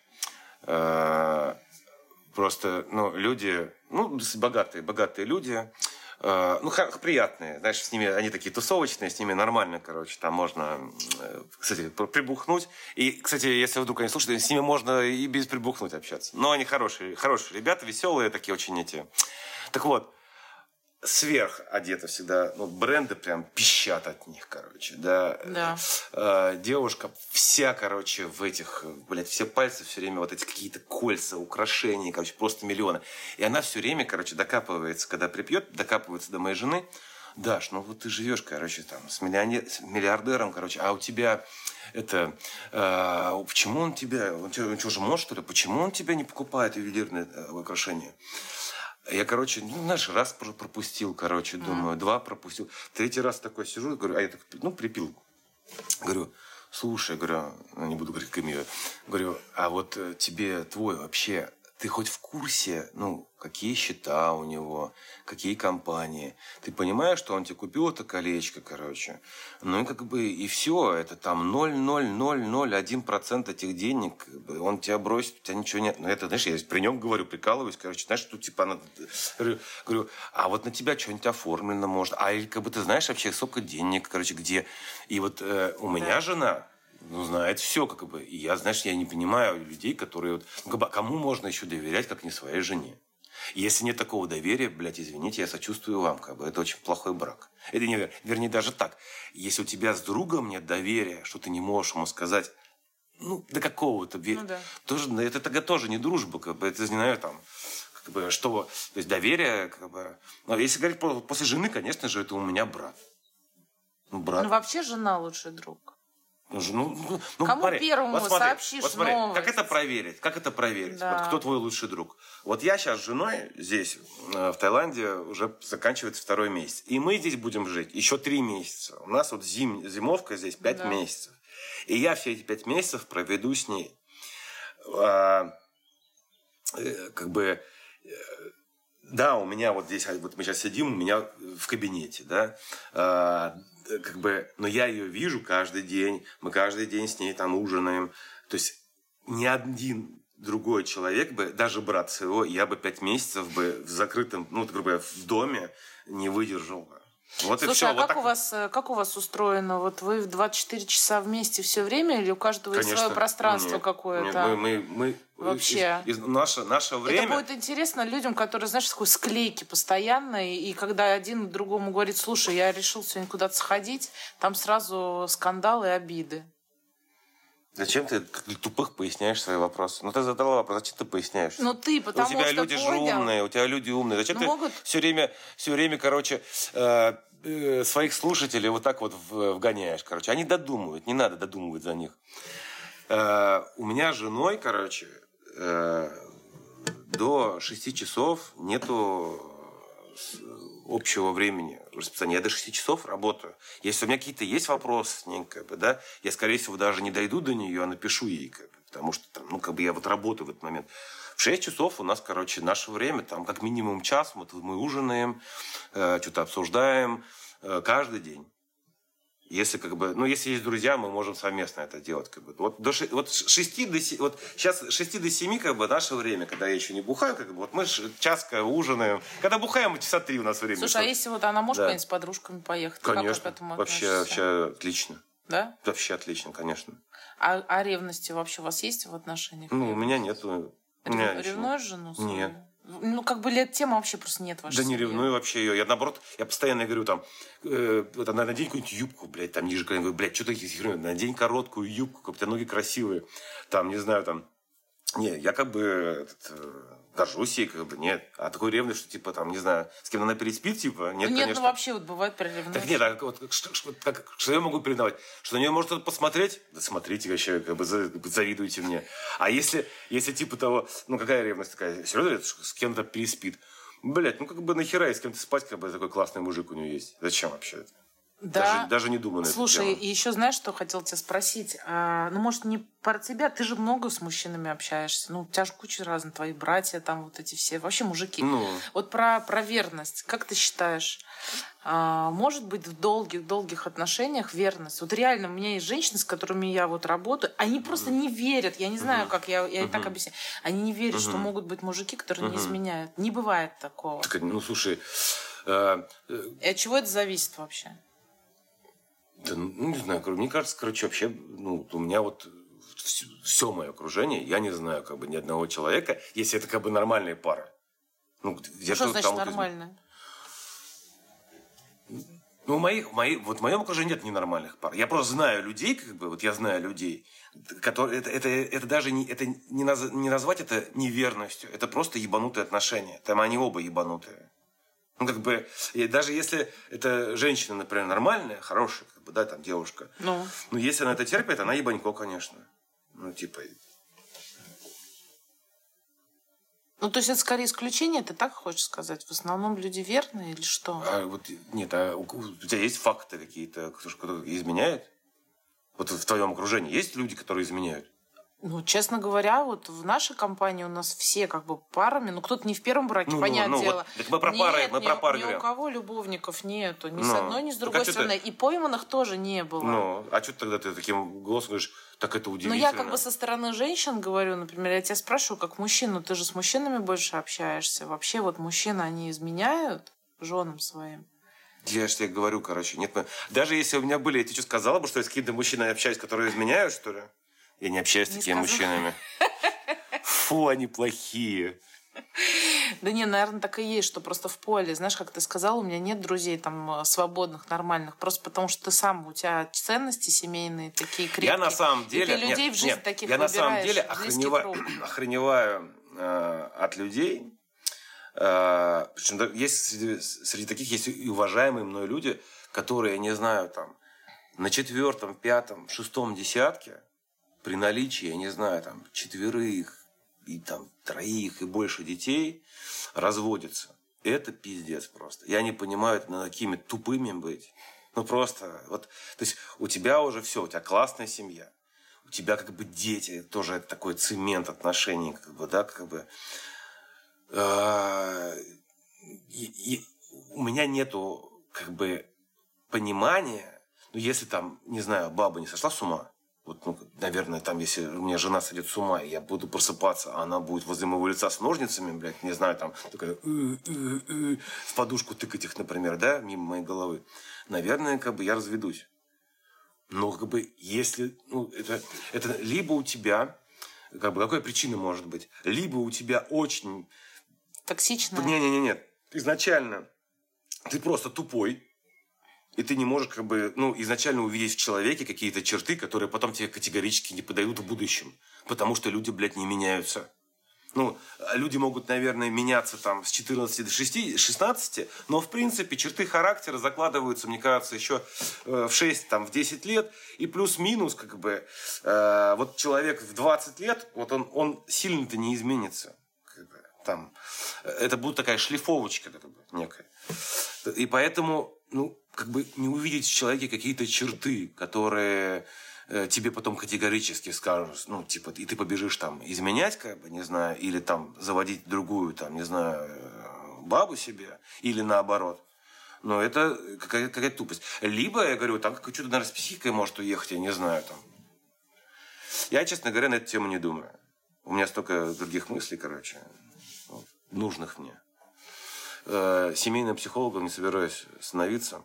э, просто, ну, люди, ну, богатые, богатые люди, э, ну, приятные, знаешь, с ними, они такие тусовочные, с ними нормально, короче, там можно, кстати, прибухнуть. И, кстати, если вдруг они слушают, с ними можно и без прибухнуть общаться. Но они хорошие, хорошие ребята, веселые, такие очень эти. Так вот, сверх одеты всегда, ну, бренды прям пищат от них, короче, да. Да. Э, девушка вся, короче, в этих, блядь, все пальцы все время вот эти какие-то кольца, украшения, короче, просто миллионы. И она все время, короче, докапывается, когда припьет, докапывается до моей жены. Даш, ну вот ты живешь, короче, там, с, миллионер, с миллиардером, короче, а у тебя это, э, почему он тебя, он, он что же может, что ли, почему он тебя не покупает ювелирные э, украшения? Я, короче, ну, знаешь, раз пропустил, короче, думаю, mm. два пропустил. Третий раз такой сижу, говорю, а я так, ну, припил. Говорю, слушай, говорю, не буду говорить имя, говорю, а вот тебе твой вообще, ты хоть в курсе, ну, какие счета у него, какие компании? Ты понимаешь, что он тебе купил это колечко, короче? Ну, и как бы, и все, это там ноль целых ноль ноль ноль один процент этих денег, он тебя бросит, у тебя ничего нет. Ну, это, знаешь, я при нем говорю, прикалываюсь, короче, знаешь, тут типа, надо... говорю, говорю, а вот на тебя что-нибудь оформлено может? А или как бы ты знаешь вообще, сколько денег, короче, где? И вот э, у меня да. жена... Ну, знает все, как бы. И я, знаешь, я не понимаю людей, которые... Вот, ну, как бы, кому можно еще доверять, как не своей жене? И если нет такого доверия, блядь, извините, я сочувствую вам, как бы. Это очень плохой брак. Это не, вернее, даже так. Если у тебя с другом нет доверия, что ты не можешь ему сказать, ну, до какого-то... Ну, да. тоже, это тогда тоже не дружба, как бы. Это, не знаю, там... Как бы, что... То есть, доверие, как бы... Но если говорить после жены, конечно же, это у меня брат. Ну, брат. Ну, вообще жена лучший друг. Ну, ну, ну, Кому смотри, первому вот смотри, сообщишь вот смотри, новость? Как это проверить? Как это проверить? Да. Вот кто твой лучший друг? Вот я сейчас с женой здесь, в Таиланде, уже заканчивается второй месяц. И мы здесь будем жить еще три месяца. У нас вот зим, зимовка здесь пять да. месяцев. И я все эти пять месяцев проведу с ней. А, как бы... Да, у меня вот здесь, вот мы сейчас сидим, у меня в кабинете, да, а, как бы, но я ее вижу каждый день, мы каждый день с ней там ужинаем, то есть ни один другой человек бы, даже брат своего, я бы пять месяцев бы в закрытом, ну, грубо говоря, в доме не выдержал бы. Вот Слушай, и все. а вот как, так... у вас, как у вас устроено? Вот вы в двадцать четыре часа вместе все время или у каждого Конечно. есть свое пространство нет, какое-то? Нет, мы, мы, мы вообще. Из, из, наше, наше время... Это будет интересно людям, которые, знаешь, такой склейки постоянной, и когда один другому говорит, слушай, я решил сегодня куда-то сходить, там сразу скандалы и обиды. Зачем ты для тупых поясняешь свои вопросы? Ну, ты задала вопрос, зачем ты поясняешь? Ну, ты, потому что У тебя люди понял. же умные, у тебя люди умные. Зачем ну, ты могут... все время, все время, короче, э, э, своих слушателей вот так вот в, вгоняешь, короче. Они додумывают, не надо додумывать за них. Э, у меня с женой, короче, э, до шести часов нету общего времени расписания. Я до шести часов работаю. Если у меня какие-то есть вопросы с ней, как бы, да, я, скорее всего, даже не дойду до нее, а напишу ей, как бы, потому что там, ну, как бы я вот работаю в этот момент. В шесть часов у нас, короче, наше время, там, как минимум час, вот мы ужинаем, э, что-то обсуждаем э, каждый день. Если, как бы, ну, если есть друзья, мы можем совместно это делать. Как бы. Вот, до, вот, шести до, вот сейчас с шести до семи как бы, наше время, когда я еще не бухаю, как бы, вот мы час ужинаем. Когда бухаем, мы часа три у нас время. Слушай, а если вот она может да. с подружками поехать? Конечно, как к этому вообще, вообще отлично. Да? Вообще отлично, конечно. А, а ревности вообще у вас есть в отношениях? Ну, у меня нету. Рев... Ревнуешь жену свою? Нет. Ну, как бы лет тема вообще просто нет вашей. Да не ревную вообще ее. Я, наоборот, я постоянно говорю, там, э, вот она надень какую-нибудь юбку, блядь, там, ниже колена. Говорю, блядь, что такие херни? Надень короткую юбку, как у тебя ноги красивые. Там, не знаю, там. Не, я как бы этот, горжусь ей, как бы, нет. А такой ревность, что, типа, там, не знаю, с кем она переспит, типа, нет, ну, нет, конечно. ну, вообще, вот бывает приревнуешь. Так нет, а вот, что, что, как, что я могу передавать? Что на нее может кто-то посмотреть? Да смотрите, вообще, как бы, завидуйте мне. А если, если, типа, того, ну, какая ревность такая? Серьезно, с кем-то переспит? Блять, ну, как бы, нахера, с кем-то спать, как бы, такой классный мужик у нее есть. Зачем вообще это? Да. Даже, даже не думаю на Слушай, эту тему. и еще знаешь, что хотел тебя спросить? А, ну, может, не про тебя, ты же много с мужчинами общаешься. Ну, у тебя же куча разных, твои братья, там вот эти все, вообще мужики. Ну. Вот про, про верность, как ты считаешь, а, может быть в долгих-долгих отношениях верность? Вот реально, у меня есть женщины, с которыми я вот работаю, они просто не верят, я не знаю, как я, я и так объясняю, они не верят, что могут быть мужики, которые не изменяют. Не бывает такого. Так, ну, слушай... Э, э... И от чего это зависит вообще? Да, ну, не знаю, мне кажется, короче, вообще, ну, у меня вот все, все мое окружение, я не знаю, как бы, ни одного человека, если это, как бы, нормальная пара. Ну, где что значит там нормальная? Вот, ну, в моих, в моих, вот в моем окружении нет ненормальных пар. Я просто знаю людей, как бы, вот я знаю людей, которые, это, это, это даже не, это не, наз, не назвать это неверностью, это просто ебанутые отношения. Там они оба ебанутые. Ну, как бы, даже если эта женщина, например, нормальная, хорошая, как бы, да, там, девушка. Ну. Ну, если она это терпит, она ебанько, конечно. Ну, типа... Ну, то есть, это скорее исключение, ты так хочешь сказать? В основном люди верные или что? А, вот, нет, а у, у тебя есть факты какие-то, кто, кто изменяет? Вот в твоем окружении есть люди, которые изменяют? Ну, честно говоря, вот в нашей компании у нас все как бы парами, ну, кто-то не в первом браке, ну, понятное ну, дело. Вот, так мы про пары, Нет, мы ни, про пары ни говорим. у кого любовников нету, ни ну, с одной, ни с другой а стороны. ты... И пойманных тоже не было. Ну, а что тогда ты таким голосом говоришь, так это удивительно? Ну, я как бы со стороны женщин говорю, например, я тебя спрашиваю, как мужчину, ты же с мужчинами больше общаешься. Вообще вот мужчины, они изменяют женам своим? Я же тебе говорю, короче, нет, даже если у меня были, я тебе что сказала бы, что я с какими-то мужчинами общаюсь, которые изменяют, что ли? Я не общаюсь с такими мужчинами. Фу, они плохие. Да не, наверное, так и есть, что просто в поле. Знаешь, как ты сказал, у меня нет друзей там свободных, нормальных. Просто потому что ты сам, у тебя ценности семейные такие крепкие. Я на самом деле... И ты людей нет, в жизни нет, таких я выбираешь. Я на самом деле охреневаю, охреневаю э, от людей. Э, причем есть среди, среди таких есть и уважаемые мной люди, которые, я не знаю, там, на четвертом, пятом, шестом десятке при наличии, я не знаю, там, четверых, и там троих и больше детей разводятся. Это пиздец просто. Я не понимаю, над какими тупыми быть. Ну просто, вот, то есть у тебя уже все, у тебя классная семья. У тебя как бы дети, тоже это такой цемент отношений, как бы, да, как бы. И, и у меня нету как бы понимания, ну если там, не знаю, баба не сошла с ума, вот, ну, наверное, там, если у меня жена сойдет с ума, и я буду просыпаться, а она будет возле моего лица с ножницами, блядь, не знаю, там, такая, в подушку тыкать их, например, да, мимо моей головы, наверное, как бы я разведусь. Но, как бы, если, ну, это, это либо у тебя, как бы, какая причина может быть? Либо у тебя очень... Токсичная? Не-не-не, изначально ты просто тупой, и ты не можешь, как бы, ну, изначально увидеть в человеке какие-то черты, которые потом тебе категорически не подойдут в будущем. Потому что люди, блядь, не меняются. Ну, люди могут, наверное, меняться там с четырнадцати до шестнадцати, но, в принципе, черты характера закладываются, мне кажется, еще в шесть, там, в десять лет. И плюс-минус, как бы, э, вот человек в двадцать лет, вот он, он сильно-то не изменится. Как бы, там, это будет такая шлифовочка как бы, некая. И поэтому, ну, как бы не увидеть в человеке какие-то черты, которые... тебе потом категорически скажут, ну, типа, и ты побежишь там изменять, как бы, не знаю, или там заводить другую, там, не знаю, бабу себе, или наоборот. Но это какая-то, какая-то тупость. Либо, я говорю, там что-то, наверное, с психикой может уехать, я не знаю, там. Я, честно говоря, на эту тему не думаю. У меня столько других мыслей, короче, нужных мне. Семейным психологом не собираюсь становиться.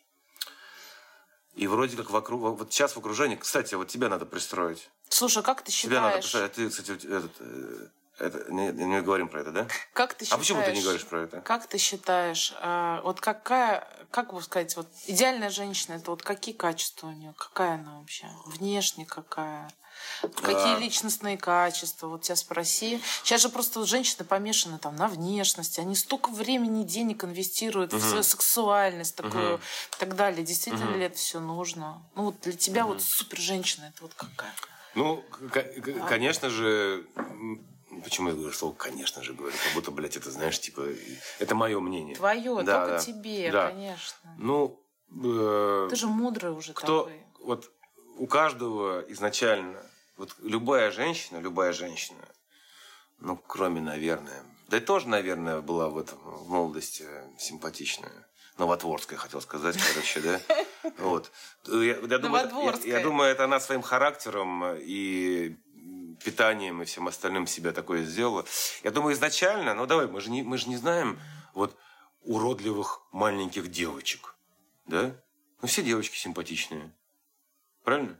И вроде как вокруг, вот сейчас в окружении, кстати, вот тебя надо пристроить. Слушай, как ты считаешь? Тебя надо пристроить. Ты, кстати, этот, это, не, не говорим про это, да? Как ты считаешь? А почему ты не говоришь про это? Как ты считаешь, а, вот какая, как бы сказать, вот идеальная женщина, это вот какие качества у нее? Какая она вообще? Внешне какая? Какие а... личностные качества? Вот тебя спроси. Сейчас же просто вот женщины помешаны там на внешности. Они столько времени, денег инвестируют угу. в свою сексуальность такую угу. и так далее. Действительно угу. ли это все нужно? Ну вот для тебя угу. вот супер женщина, это вот какая? Ну, к- конечно же... Почему я говорю слово «конечно же» говорю? Как будто, блядь, это, знаешь, типа... Это мое мнение. Твое, да, только да. тебе, да. конечно. Ну... Э- Ты же мудрый уже кто, такой. Вот у каждого изначально... Вот любая женщина, любая женщина, ну, кроме, наверное... Да и тоже, наверное, была в этом, в молодости симпатичная. Новотворская, хотел сказать, короче, да? Вот. Я, я, думаю, я, я думаю, это она своим характером и питанием и всем остальным себя такое сделала. Я думаю, изначально, ну давай, мы же не, мы же не знаем вот уродливых маленьких девочек, да? Ну все девочки симпатичные, правильно?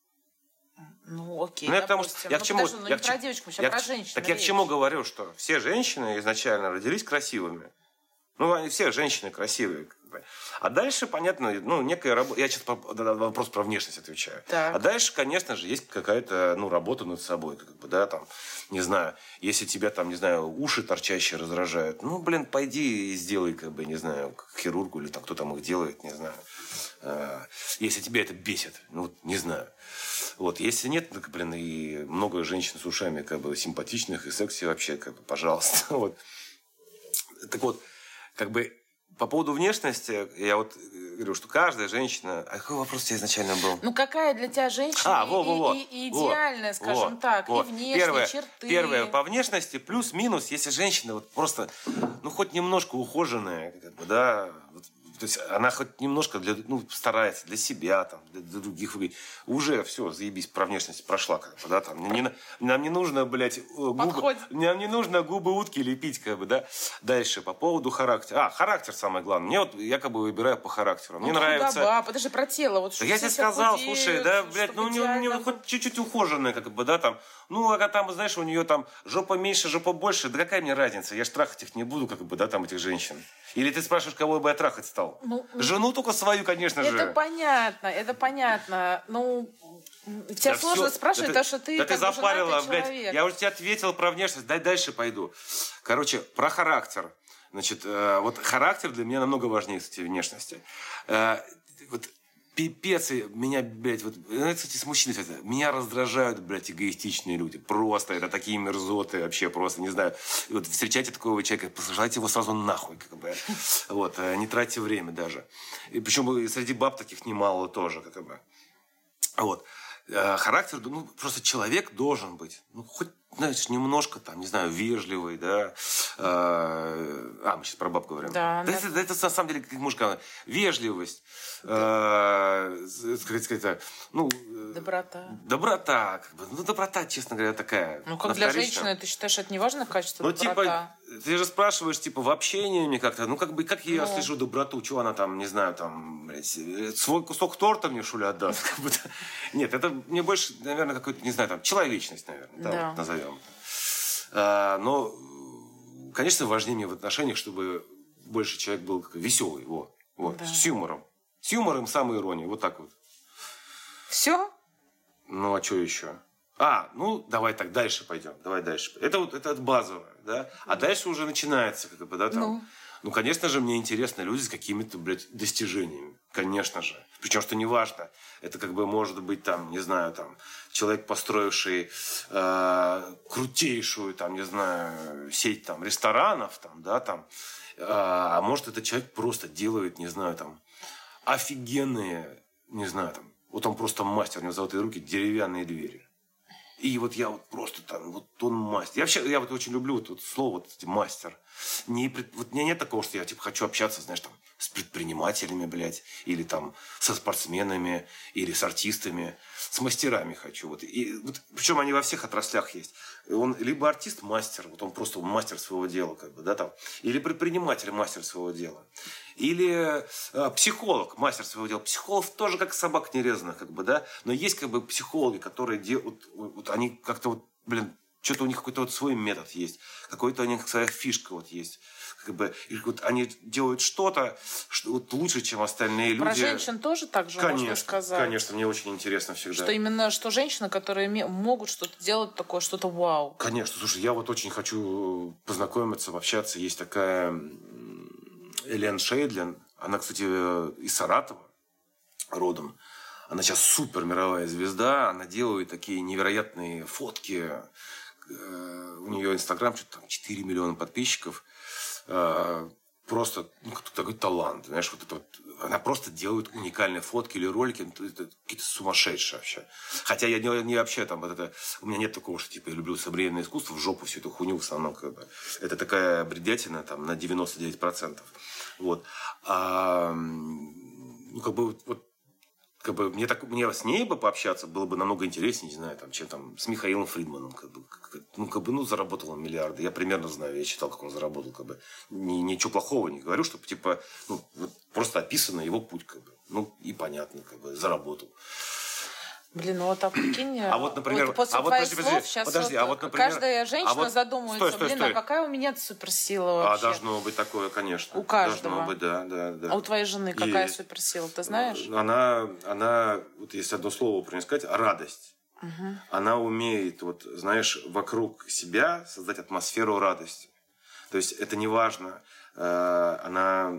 Ну окей, ну, я потому, что, я ну, к чему, подожди, ну я не к, про девочку, сейчас я, про женщину. Так я к чему говорю, что все женщины изначально родились красивыми. Ну, они все женщины красивые. Как бы. А дальше, понятно, ну, некая работа... Я сейчас вопрос про внешность отвечаю. Так. А дальше, конечно же, есть какая-то, ну, работа над собой. Как бы, да, там, не знаю, если тебя там, не знаю, уши торчащие раздражают, ну, блин, пойди и сделай, как бы, не знаю, к хирургу или там, кто там их делает, не знаю. Если тебя это бесит, ну, не знаю. Вот, если нет, так, блин, и много женщин с ушами, как бы, симпатичных и секси вообще, как бы, пожалуйста. Вот. Так вот, как бы по поводу внешности, я вот говорю, что каждая женщина... А какой вопрос у тебя изначально был? Ну, какая для тебя женщина а, во, во, во, и, и идеальная, во, скажем во, так, во. и внешние первое, черты? Первое, по внешности плюс-минус, если женщина вот просто, ну, хоть немножко ухоженная, как бы, да, вот, то есть она хоть немножко для, ну, старается для себя, там, для, для других. Уже все, заебись, про внешность прошла. Как бы, да, там, не, нам не нужно, блядь, губы, нам не нужно губы утки лепить. Как бы, да. Дальше, по поводу характера. А, характер самое главное. Мне вот, я как бы выбираю по характеру. Мне ну, нравится... Да, подожди, про тело. Вот, да я тебе сказал, худеют, слушай, да, блядь, ну, у нее хоть чуть-чуть ухоженная, как бы, да, там. Ну, а там, знаешь, у нее там жопа меньше, жопа больше. Да какая мне разница? Я ж трахать их не буду, как бы, да, там, этих женщин. Или ты спрашиваешь, кого бы я трахать стал? Ну, жену только свою, конечно это же. Это понятно, это понятно. Ну, тебя да сложно все. спрашивать, да потому что ты... Да ты запарила, блядь. Человек. Я уже тебе ответил про внешность. Дай дальше пойду. Короче, про характер. Значит, э, вот характер для меня намного важнее, кстати, внешности. Э, вот пипец, меня, блядь, вот, кстати, с мужчиной, кстати, меня раздражают, блядь, эгоистичные люди. Просто, это такие мерзоты, вообще, просто, не знаю. И вот встречайте такого человека, посажайте его сразу нахуй, как бы. Вот, не тратьте время даже. И причем среди баб таких немало тоже, как бы. Вот. Характер, ну, просто человек должен быть, ну, хоть, знаешь, немножко, там, не знаю, вежливый, да. А, мы сейчас про баб говорим. Да, да, да. Это, это, на самом деле, как мужика, вежливость, да. э, сказать, сказать, ну... Доброта. Доброта, как бы, ну, доброта, честно говоря, такая. Ну, как для женщины, ты считаешь, это не важное качество, ну, доброта? Ну, типа, ты же спрашиваешь, типа, в общении мне как-то, ну, как бы, как я ну. слежу доброту, что она там, не знаю, там, блядь, свой кусок торта мне, что ли, отдаст? Как бы, нет, это мне больше, наверное, какой-то, не знаю, там, человечность, наверное, да, да. Вот, назовем. А, но, конечно, важнее мне в отношениях, чтобы больше человек был веселый, вот, вот, да. С юмором. С юмором, самой иронией, вот так вот. Все? Ну, а что еще? А, ну, давай так, дальше пойдем. Давай дальше. Это вот это базовое, да? А дальше уже начинается, как бы, да, там. Ну. ну, конечно же, мне интересны люди с какими-то, блядь, достижениями. Конечно же. Причем, что неважно. Это как бы может быть, там, не знаю, там, человек, построивший э, крутейшую, там, не знаю, сеть, там, ресторанов, там, да, там. Э, а может, этот человек просто делает, не знаю, там, офигенные, не знаю, там, вот он просто мастер, у него золотые руки, деревянные двери. И вот я вот просто там, вот он мастер. Я вообще, я вот очень люблю вот, вот слово, вот, эти, мастер. Не, вот у меня нет такого, что я типа хочу общаться, знаешь, там, с предпринимателями, блядь, или там со спортсменами, или с артистами, с мастерами хочу. Вот. И, вот, причем они во всех отраслях есть. Он либо артист-мастер, вот он просто мастер своего дела, как бы, да, там, или предприниматель мастер своего дела. Или э, психолог, мастер своего дела. Психолог тоже как собак нерезанных, как бы, да. Но есть как бы психологи, которые делают, вот, вот они как-то вот, блин, что-то у них какой-то вот свой метод есть, какой-то у них своя фишка вот есть. Как бы, и вот они делают что-то, что вот лучше, чем остальные люди. Про женщин тоже так же конечно, можно сказать. Конечно, мне очень интересно всегда. Что именно, что женщины, которые могут что-то делать такое, что-то вау. Конечно, слушай, я вот очень хочу познакомиться, общаться. Есть такая Элен Шейдлин, она, кстати, из Саратова родом. Она сейчас супер мировая звезда, она делает такие невероятные фотки. У нее Инстаграм, что-то там четыре миллиона подписчиков. Просто ну, такой талант, знаешь, вот это вот. Она просто делает уникальные фотки или ролики, это какие-то сумасшедшие вообще. Хотя я не, не вообще там, вот это, у меня нет такого, что типа я люблю современное искусство, в жопу всю эту хуйню в основном, как бы. Это такая бредятина там на девяносто девять процентов. Вот. А, ну, как бы вот как бы мне, так, мне с ней бы пообщаться было бы намного интереснее, не знаю, там, чем там, с Михаилом Фридманом. Как бы, как, ну, как бы, ну, заработал он миллиарды. Я примерно знаю, я читал, как он заработал. Как бы. Ни, ничего плохого не говорю, что типа, ну, вот, просто описано его путь. Как бы. Ну, и понятно, как бы, заработал. Блин, ну вот а прикинь, а вот, например, вот после а вот, твоих подожди, слов подожди, сейчас подожди, вот а вот, например, каждая женщина а вот, задумывается, стой, стой, блин, стой. а какая у меня суперсила вообще? А должно быть такое, конечно. У каждого. Должно быть, да, да, да. А у твоей жены какая Есть. суперсила, ты знаешь? Она, она, вот если одно слово про нее сказать, радость. Угу. Она умеет, вот, знаешь, вокруг себя создать атмосферу радости. То есть это не важно, э, она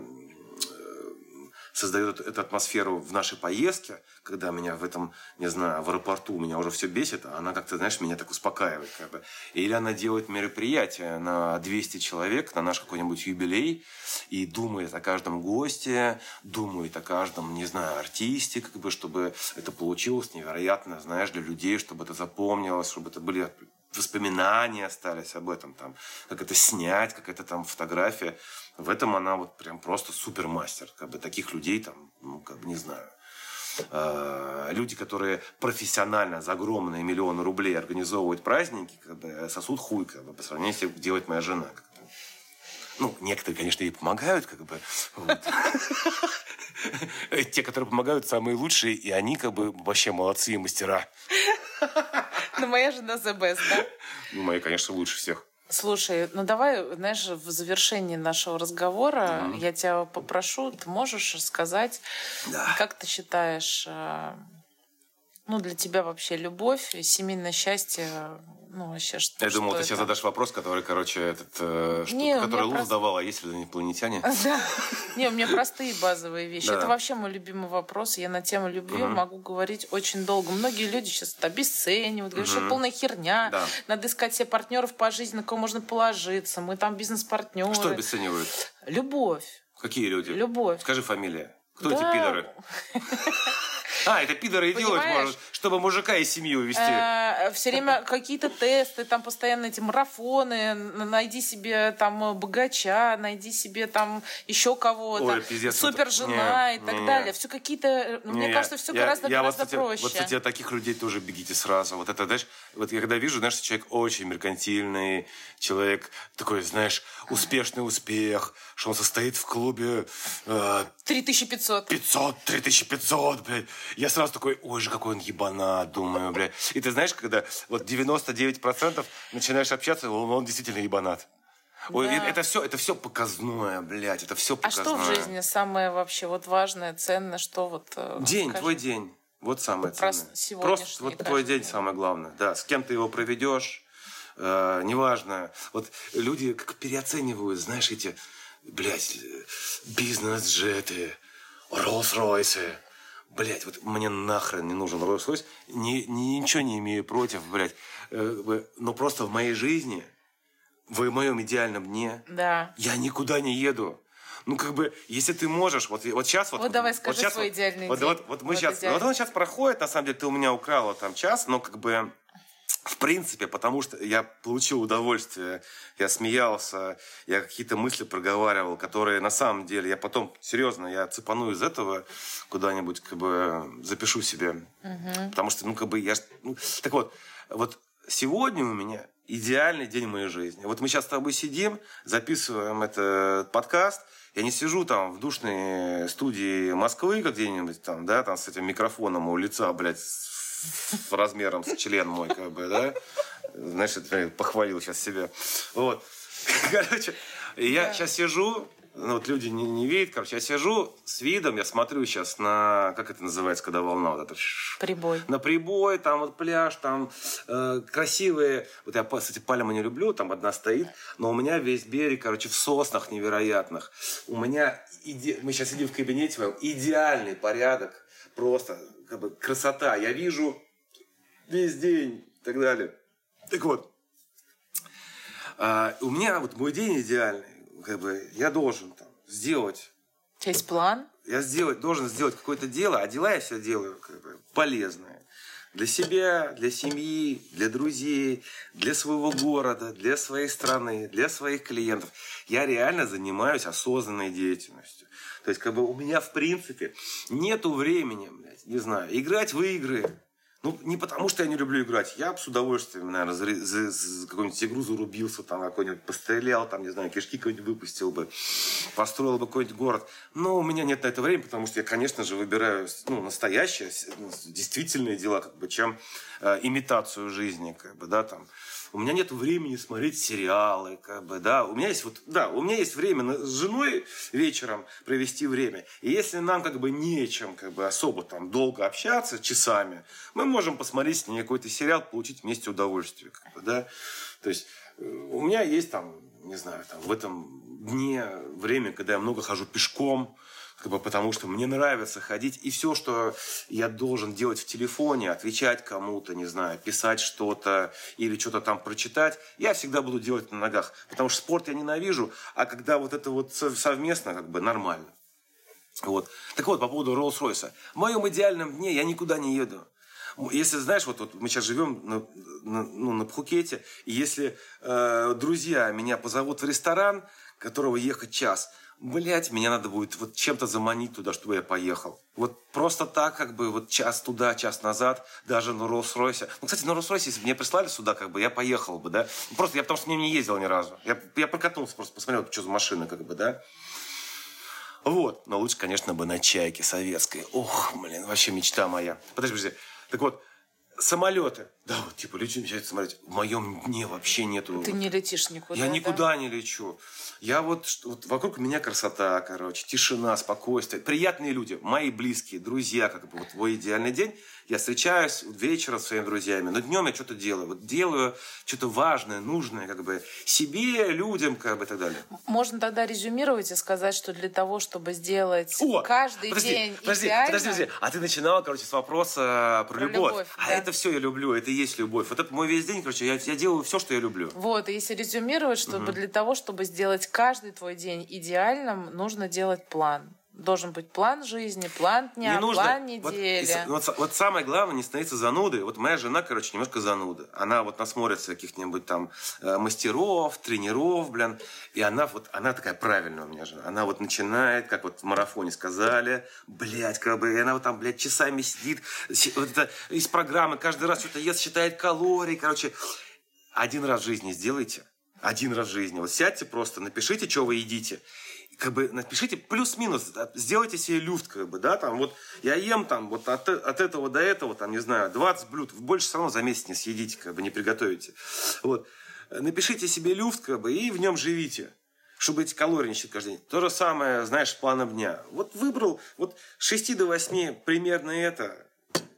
создает эту атмосферу в нашей поездке, когда меня в этом, не знаю, в аэропорту меня уже все бесит, а она как-то, знаешь, меня так успокаивает. Как бы. Или она делает мероприятие на двести человек, на наш какой-нибудь юбилей, и думает о каждом госте, думает о каждом, не знаю, артисте, как бы, чтобы это получилось невероятно, знаешь, для людей, чтобы это запомнилось, чтобы это были воспоминания остались об этом, там, как это снять, как это там фотография. В этом она вот прям просто супермастер. Как бы таких людей там, ну, как бы не знаю. Э, люди, которые профессионально за огромные миллионы рублей организовывают праздники, как бы сосут хуй, как бы, по сравнению с тем, как делает моя жена. Как бы. Ну, некоторые, конечно, ей помогают, как бы. Те, которые помогают, самые лучшие, и они, как бы, вообще молодцы и мастера. Ну, моя жена the best, да? Ну, моя, конечно, лучше всех. Слушай, ну давай, знаешь, в завершении нашего разговора mm-hmm. я тебя попрошу, ты можешь сказать, да. как ты считаешь, ну, для тебя вообще любовь, семейное счастье, ну, вообще что Я думал, что ты это? сейчас задашь вопрос, который, короче, этот, э, что, Не, который Луз просто... давал, а есть ли инопланетяне? Да. Не, у меня простые базовые вещи. Да. Это вообще мой любимый вопрос. Я на тему любви угу. могу говорить очень долго. Многие люди сейчас это обесценивают, говорят, угу. что это полная херня. Да. Надо искать себе партнеров по жизни, на кого можно положиться. Мы там бизнес-партнеры. Что обесценивают? Любовь. Какие люди? Любовь. Скажи фамилия. Кто да. эти пидоры? А, это пидоры и делать может, чтобы мужика из семьи увезти. Все время какие-то тесты, там постоянно эти марафоны, найди себе там богача, найди себе там еще кого-то, супер жена и так далее. Все какие-то, мне кажется, все гораздо гораздо проще. Вот, кстати, таких людей тоже бегите сразу. Вот это, знаешь, вот я когда вижу, знаешь, человек очень меркантильный, человек такой, знаешь, успешный успех, что он состоит в клубе... три тысячи пятьсот. пятьсот, три тысячи пятьсот, блядь. Я сразу такой, ой же, какой он ебанат, думаю, блядь. И ты знаешь, когда вот девяносто девять процентов начинаешь общаться, он, он действительно ебанат. Ой, да. это, все, это все показное, блядь, это все показное. А что в жизни самое вообще вот важное, ценное, что вот... День, скажи? Твой день. Вот самое Про ценное. сегодняшний Просто вот твой день самое главное. Да, с кем ты его проведешь, э, неважно. Вот люди как переоценивают, знаешь, эти, блядь, бизнес-джеты, Роллс-Ройсы. Блядь, вот мне нахрен не нужен Роллс-Ройс. Ни, ни, ничего не имею против, блядь. Э, но просто в моей жизни, в моем идеальном дне, да. я никуда не еду. Ну, как бы, если ты можешь, вот, вот сейчас... Вот, вот давай скажи вот сейчас, свой идеальный вот, день. Вот, вот мы вот сейчас... Вот он сейчас проходит, на самом деле, ты у меня украла там час, но как бы... В принципе, потому что я получил удовольствие, я смеялся, я какие-то мысли проговаривал, которые на самом деле, я потом, серьезно, я цепану из этого куда-нибудь, как бы, запишу себе. Угу. Потому что, ну, как бы, я... Ну, так вот, вот сегодня у меня идеальный день в моей жизни. Вот мы сейчас с тобой сидим, записываем этот подкаст. Я не сижу там в душной студии Москвы, как где-нибудь там, да, там с этим микрофоном у лица, блядь, с размером с член мой, как бы, да. Знаешь, это похвалил сейчас себя. Вот. Короче, я сейчас сижу, ну, вот люди не, не видят, короче, я сижу с видом, я смотрю сейчас на, как это называется, когда волна вот эта... Прибой. На прибой, там вот пляж, там э, красивые... Вот я, кстати, пальмы не люблю, там одна стоит, но у меня весь берег, короче, в соснах невероятных. У меня, иде... мы сейчас сидим в кабинете моем, идеальный порядок, просто, как бы, красота. Я вижу весь день и так далее. Так вот, э, у меня вот мой день идеальный. Как бы я должен там сделать... У тебя есть план? Я сделать, должен сделать какое-то дело, а дела я все делаю как бы полезные. Для себя, для семьи, для друзей, для своего города, для своей страны, для своих клиентов. Я реально занимаюсь осознанной деятельностью. То есть, как бы у меня, в принципе, нету времени, блядь, не знаю, играть в игры. Ну, не потому, что я не люблю играть. Я бы с удовольствием, наверное, за, за, за какую-нибудь игру зарубился, там, какой-нибудь пострелял, там, не знаю, кишки какой-нибудь выпустил бы, построил бы какой-нибудь город. Но у меня нет на это времени, потому что я, конечно же, выбираю, ну, настоящие, действительные дела, как бы, чем э, имитацию жизни, как бы, да, там. У меня нет времени смотреть сериалы, как бы, да. У меня есть вот, да, у меня есть время с женой вечером провести время. И если нам, как бы, нечем, как бы, особо там долго общаться часами, мы можем посмотреть с ней какой-то сериал, получить вместе удовольствие, как бы, да. То есть у меня есть там, не знаю, там в этом дне время, когда я много хожу пешком, как бы, потому что мне нравится ходить. И все, что я должен делать в телефоне, отвечать кому-то, не знаю, писать что-то или что-то там прочитать, я всегда буду делать на ногах. Потому что спорт я ненавижу, а когда вот это вот совместно, как бы нормально. Вот. Так вот, по поводу Роллс-Ройса. В моем идеальном дне я никуда не еду. Если, знаешь, вот, вот мы сейчас живем на, на, ну, на Пхукете, и если э, друзья меня позовут в ресторан, которого ехать час, блять, меня надо будет вот чем-то заманить туда, чтобы я поехал. Вот просто так, как бы, вот час туда, час назад, даже на Роллс-Ройсе. Ну, кстати, на Роллс-Ройсе, если бы меня прислали сюда, как бы, я поехал бы, да. Просто я потому что не ездил ни разу. Я, я прокатнулся, просто посмотрел, что за машина, как бы, да. Вот. Но лучше, конечно, бы на Чайке советской. Ох, блин, вообще мечта моя. Подожди, подожди. Так вот, самолеты. Да, вот, типа, лечу, мечтать в самолете. В моем дне вообще нету. Ты не летишь никуда, Я да? никуда не лечу. Я вот, вот, вокруг меня красота, короче, тишина, спокойствие. Приятные люди, мои близкие, друзья, как бы, вот, твой идеальный день. Я встречаюсь вечером со своими друзьями, но днем я что-то делаю. Вот делаю что-то важное, нужное, как бы, себе, людям, как бы, и так далее. Можно тогда резюмировать и сказать, что для того, чтобы сделать О, каждый подожди, день подожди, идеально... Подожди, подожди, а ты начинала, короче, с вопроса про, Про любовь. любовь, а да. это все я люблю, это и есть любовь. Вот это мой весь день, короче, я, я делаю все, что я люблю. Вот, и если резюмировать, чтобы угу. для того, чтобы сделать каждый твой день идеальным, нужно делать план. Должен быть план жизни, план дня, не нужно, план недели. Вот, вот, вот самое главное, не становиться занудой. Вот моя жена, короче, немножко зануда. Она вот насмотрится каких-нибудь там э, мастеров, тренеров, блин. И она вот, она такая правильная у меня жена. Она вот начинает, как вот в марафоне сказали, блядь, как бы, и она вот там, блядь, часами сидит, вот это, из программы каждый раз что-то ест, считает калории, короче. Один раз в жизни сделайте. Один раз в жизни. Вот сядьте просто, напишите, что вы едите. Как бы напишите плюс-минус, сделайте себе люфт, как бы, да, там, вот, я ем, там, вот, от, от этого до этого, там, не знаю, двадцать блюд, вы больше все равно за месяц не съедите, как бы, не приготовите, вот, напишите себе люфт, как бы, и в нем живите, чтобы эти калории не считать каждый день. То же самое, знаешь, с планом дня, вот, выбрал, вот, с шести до восьми примерно это,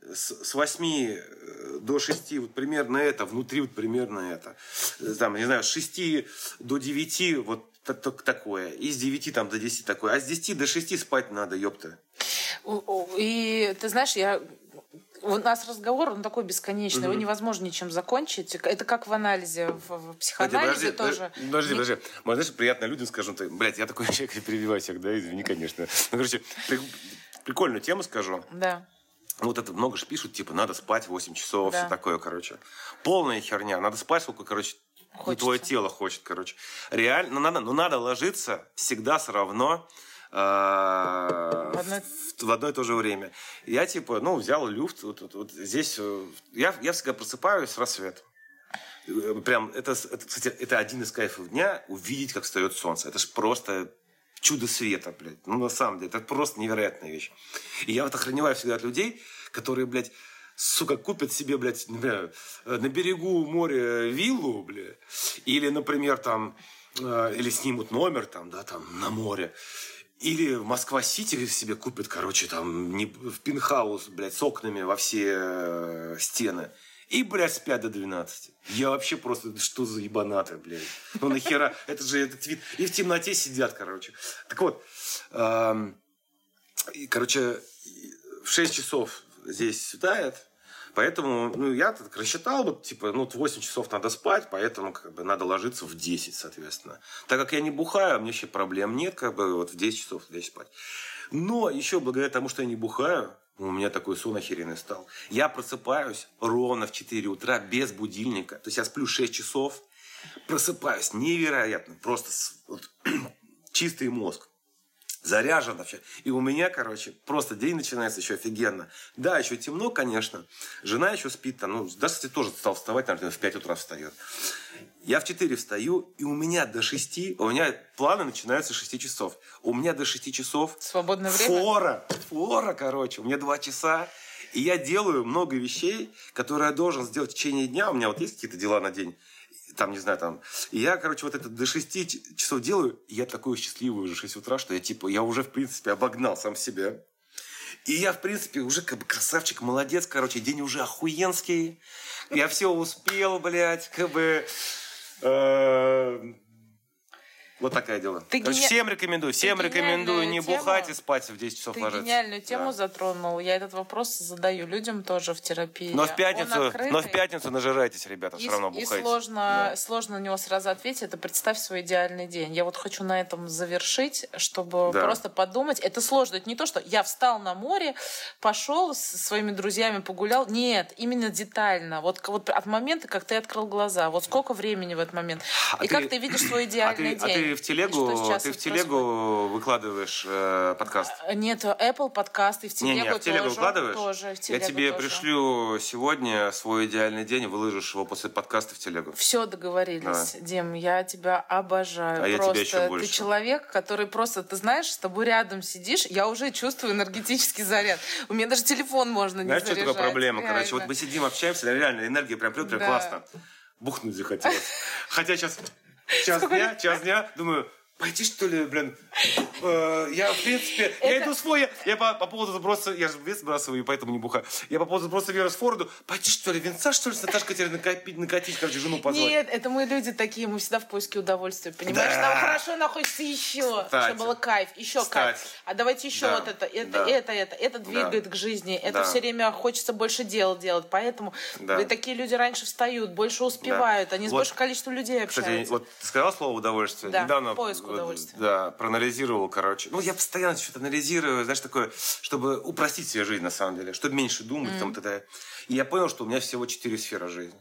с, с восьми до шести вот примерно это, внутри вот примерно это. Там, не знаю, с шести до девяти вот такое. И с девяти там до десяти такое. А с десяти до шести спать надо, ёпта. И ты знаешь, я... У нас разговор, он такой бесконечный, его невозможно ничем закончить. Это как в анализе, в, в психоанализе подожди, тоже. Подожди, подожди. Не... Может, знаешь, приятно людям скажу, ты, блядь, я такой человек, я перебиваю всех, да, извини, конечно. Ну, короче, при, прикольную тему скажу. Да. Вот это много же пишут, типа, надо спать восемь часов, да. Все такое, короче. Полная херня. Надо спать, сколько, короче, твое тело хочет, короче. Реально, ну надо, ну, надо ложиться всегда все равно... В одно... в одно и то же время. Я типа, ну, взял люфт. Вот, вот, вот здесь я, я всегда просыпаюсь с рассветом. Прям, это, это, кстати, это один из кайфов дня увидеть, как встает солнце. Это ж просто чудо света, блядь. Ну, на самом деле, это просто невероятная вещь. И я вот охреневаю всегда от людей, которые, блядь, сука, купят себе, блядь, например, на берегу моря виллу, блядь, или, например, там, или снимут номер там, да, там, на море. Или в Москва-Сити себе купят, короче, там, не, в пентхаус, блядь, с окнами во все э, стены. И, блядь, спят до двенадцати. Я вообще просто, что за ебанаты, блядь. Ну, нахера, это же этот вид. И в темноте сидят, короче. Так вот, э, и, короче, в шесть часов здесь светает. Поэтому, ну, я так рассчитал, вот, типа, ну, восемь часов надо спать, поэтому, как бы, надо ложиться в десять, соответственно. Так как я не бухаю, у меня вообще проблем нет, как бы, вот в десять часов здесь спать. Но еще благодаря тому, что я не бухаю, у меня такой сон охеренный стал. Я просыпаюсь ровно в четыре утра без будильника. То есть я сплю шесть часов, просыпаюсь невероятно, просто вот, чистый мозг. Заряжен вообще. И у меня, короче, просто день начинается еще офигенно. Да, еще темно, конечно. Жена еще спит там. Ну, даже, кстати, тоже стал вставать, наверное, в пять утра встает. Я в четыре встаю, и у меня до шести, у меня планы начинаются с шести часов. У меня до шести часов... Свободное время? Фора. Фора, короче. У меня два часа. И я делаю много вещей, которые я должен сделать в течение дня. У меня вот есть какие-то дела на день. Там, не знаю, там. И я, короче, вот это до шести часов делаю, и я такой счастливый уже шесть утра, что я, типа, я уже, в принципе, обогнал сам себя. И я, в принципе, уже как бы красавчик, молодец, короче, день уже охуенский. Я все успел, блядь, как бы... Э- Вот такое дело. Ты Короче, гени... Всем рекомендую, всем рекомендую не тему... бухать и спать в десять часов Ты ложиться. Ты гениальную тему да. затронул. Я этот вопрос задаю людям тоже в терапии. Но в пятницу, но в пятницу нажирайтесь, ребята, и, все равно бухайте. И сложно, да. сложно на него сразу ответить. Это представь свой идеальный день. Я вот хочу на этом завершить, чтобы да. просто подумать. Это сложно. Это не то, что я встал на море, пошел со своими друзьями погулял. Нет, именно детально. Вот, вот от момента, как ты открыл глаза. Вот сколько времени в этот момент. А и ты, как ты видишь свой идеальный а ты, день. А ты в телегу, ты в телегу происходит? Выкладываешь э, подкаст? Нет, Apple подкаст и в телегу, не, не, в телегу тоже. Выкладываешь? Тоже, в телегу Я тебе тоже. пришлю сегодня свой идеальный день, выложишь его после подкаста в телегу. Все, договорились. Да. Дим, я тебя обожаю. А просто я тебя еще больше. Ты человек, который просто, ты знаешь, с тобой рядом сидишь, я уже чувствую энергетический заряд. У меня даже телефон можно не Знаешь, заряжать. Знаешь, что такое проблема? Реально. Короче, вот мы сидим, общаемся, реально энергия прям прет, прям да. классно. Бухнуть захотелось. Хотя сейчас час дня, час дня, думаю... Пойти, что ли, блин? Э, я, в принципе, это... я иду свой, я по, по поводу заброса, я же вес сбрасываю, и поэтому не бухаю. Я по поводу заброса Веры с Форду, пойти, что ли, венца, что ли, с Наташкой теперь накопить, накатить, короче, жену позвать. Нет, это мы люди такие, мы всегда в поиске удовольствия, понимаешь? Да. Нам хорошо, нам хочется еще, Кстати. чтобы было кайф, еще Кстати. кайф. А давайте еще да. вот это, это, да. это, это, это двигает да. к жизни, это да. все время хочется больше дел делать, поэтому да. такие люди раньше встают, больше успевают, да. они с вот. большим количеством людей общаются. Кстати, вот ты сказал слово удовольствие? Да, недавно, поиск удовольствия. Да, проанализировал, короче. Ну, я постоянно что-то анализирую, знаешь, такое, чтобы упростить себе жизнь, на самом деле, чтобы меньше думать, mm. там, т.д. И я понял, что у меня всего четыре сферы жизни.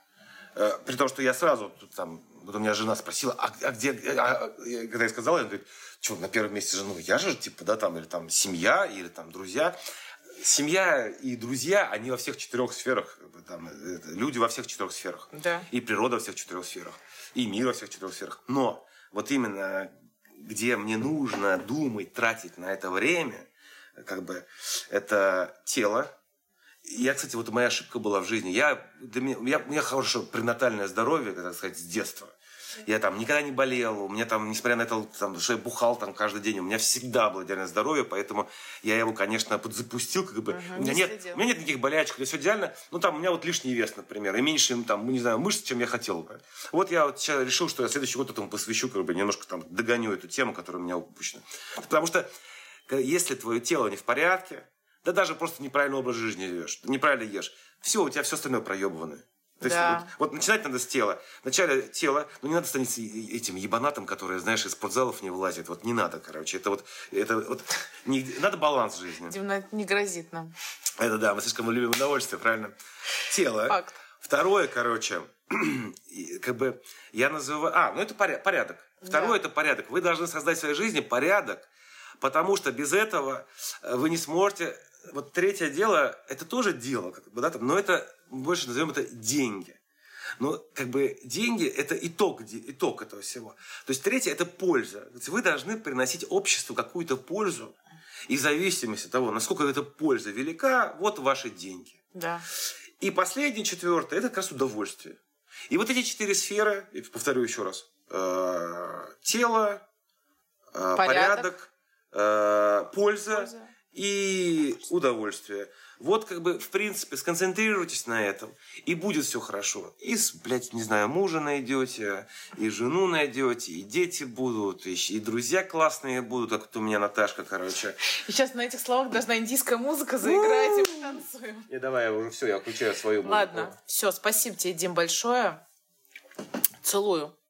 Э, при том, что я сразу, там, вот у меня жена спросила, а, а где, а, когда я сказал, она говорит, что, на первом месте жена, ну, я же, типа, да, там, или там семья, или там друзья. Семья и друзья, они во всех четырех сферах, там, это, люди во всех четырех сферах. Да. И природа во всех четырех сферах, и мир во всех четырех сферах. Но вот именно... где мне нужно думать, тратить на это время, как бы, это тело. Я, кстати, вот моя ошибка была в жизни. Я, для меня, я, у меня хорошее пренатальное здоровье, так сказать, с детства. Я там никогда не болел, у меня там, несмотря на это, там, что я бухал там каждый день, у меня всегда было идеальное здоровье, поэтому я его, конечно, подзапустил, как бы. Угу, у, меня нет, у меня нет никаких болячек, все идеально. Ну, там, у меня вот лишний вес, например, и меньше, там, не знаю, мышц, чем я хотел. Вот я вот сейчас решил, что я следующий год этому посвящу, как бы, немножко там догоню эту тему, которая у меня упущена. Потому что, если твое тело не в порядке, да даже просто неправильный образ жизни ешь, неправильно ешь, все, у тебя все остальное проебыванное. То да. есть, вот, вот начинать надо с тела. Вначале тело, ну не надо становиться этим ебанатом, который, знаешь, из спортзалов не вылазит. Вот не надо, короче. Это вот, это вот не, надо баланс жизни. Дим, это не грозит нам. Это да, мы слишком любим удовольствие, правильно? Тело. Факт. Второе, короче, как бы я называю... А, ну это порядок. Второе, да. Это порядок. Вы должны создать в своей жизни порядок, потому что без этого вы не сможете... Вот третье дело, это тоже дело, как бы, да, там, но это, больше назовем это деньги. Но как бы деньги – это итог, итог этого всего. То есть третье – это польза. Вы должны приносить обществу какую-то пользу. И в зависимости от того, насколько эта польза велика, вот ваши деньги. Да. И последнее, четвертое – это как раз удовольствие. И вот эти четыре сферы, я повторю еще раз, тело, порядок, порядок польза, польза и удовольствие. Вот как бы, в принципе, сконцентрируйтесь на этом, и будет все хорошо. И, блядь, не знаю, мужа найдете, и жену найдете, и дети будут, и, и друзья классные будут, как вот у меня Наташка, короче. И сейчас на этих словах должна индийская музыка заиграть, и мы танцуем. И давай, уже все, я включаю свою музыку. Ладно, все, спасибо тебе, Дим, большое. Целую.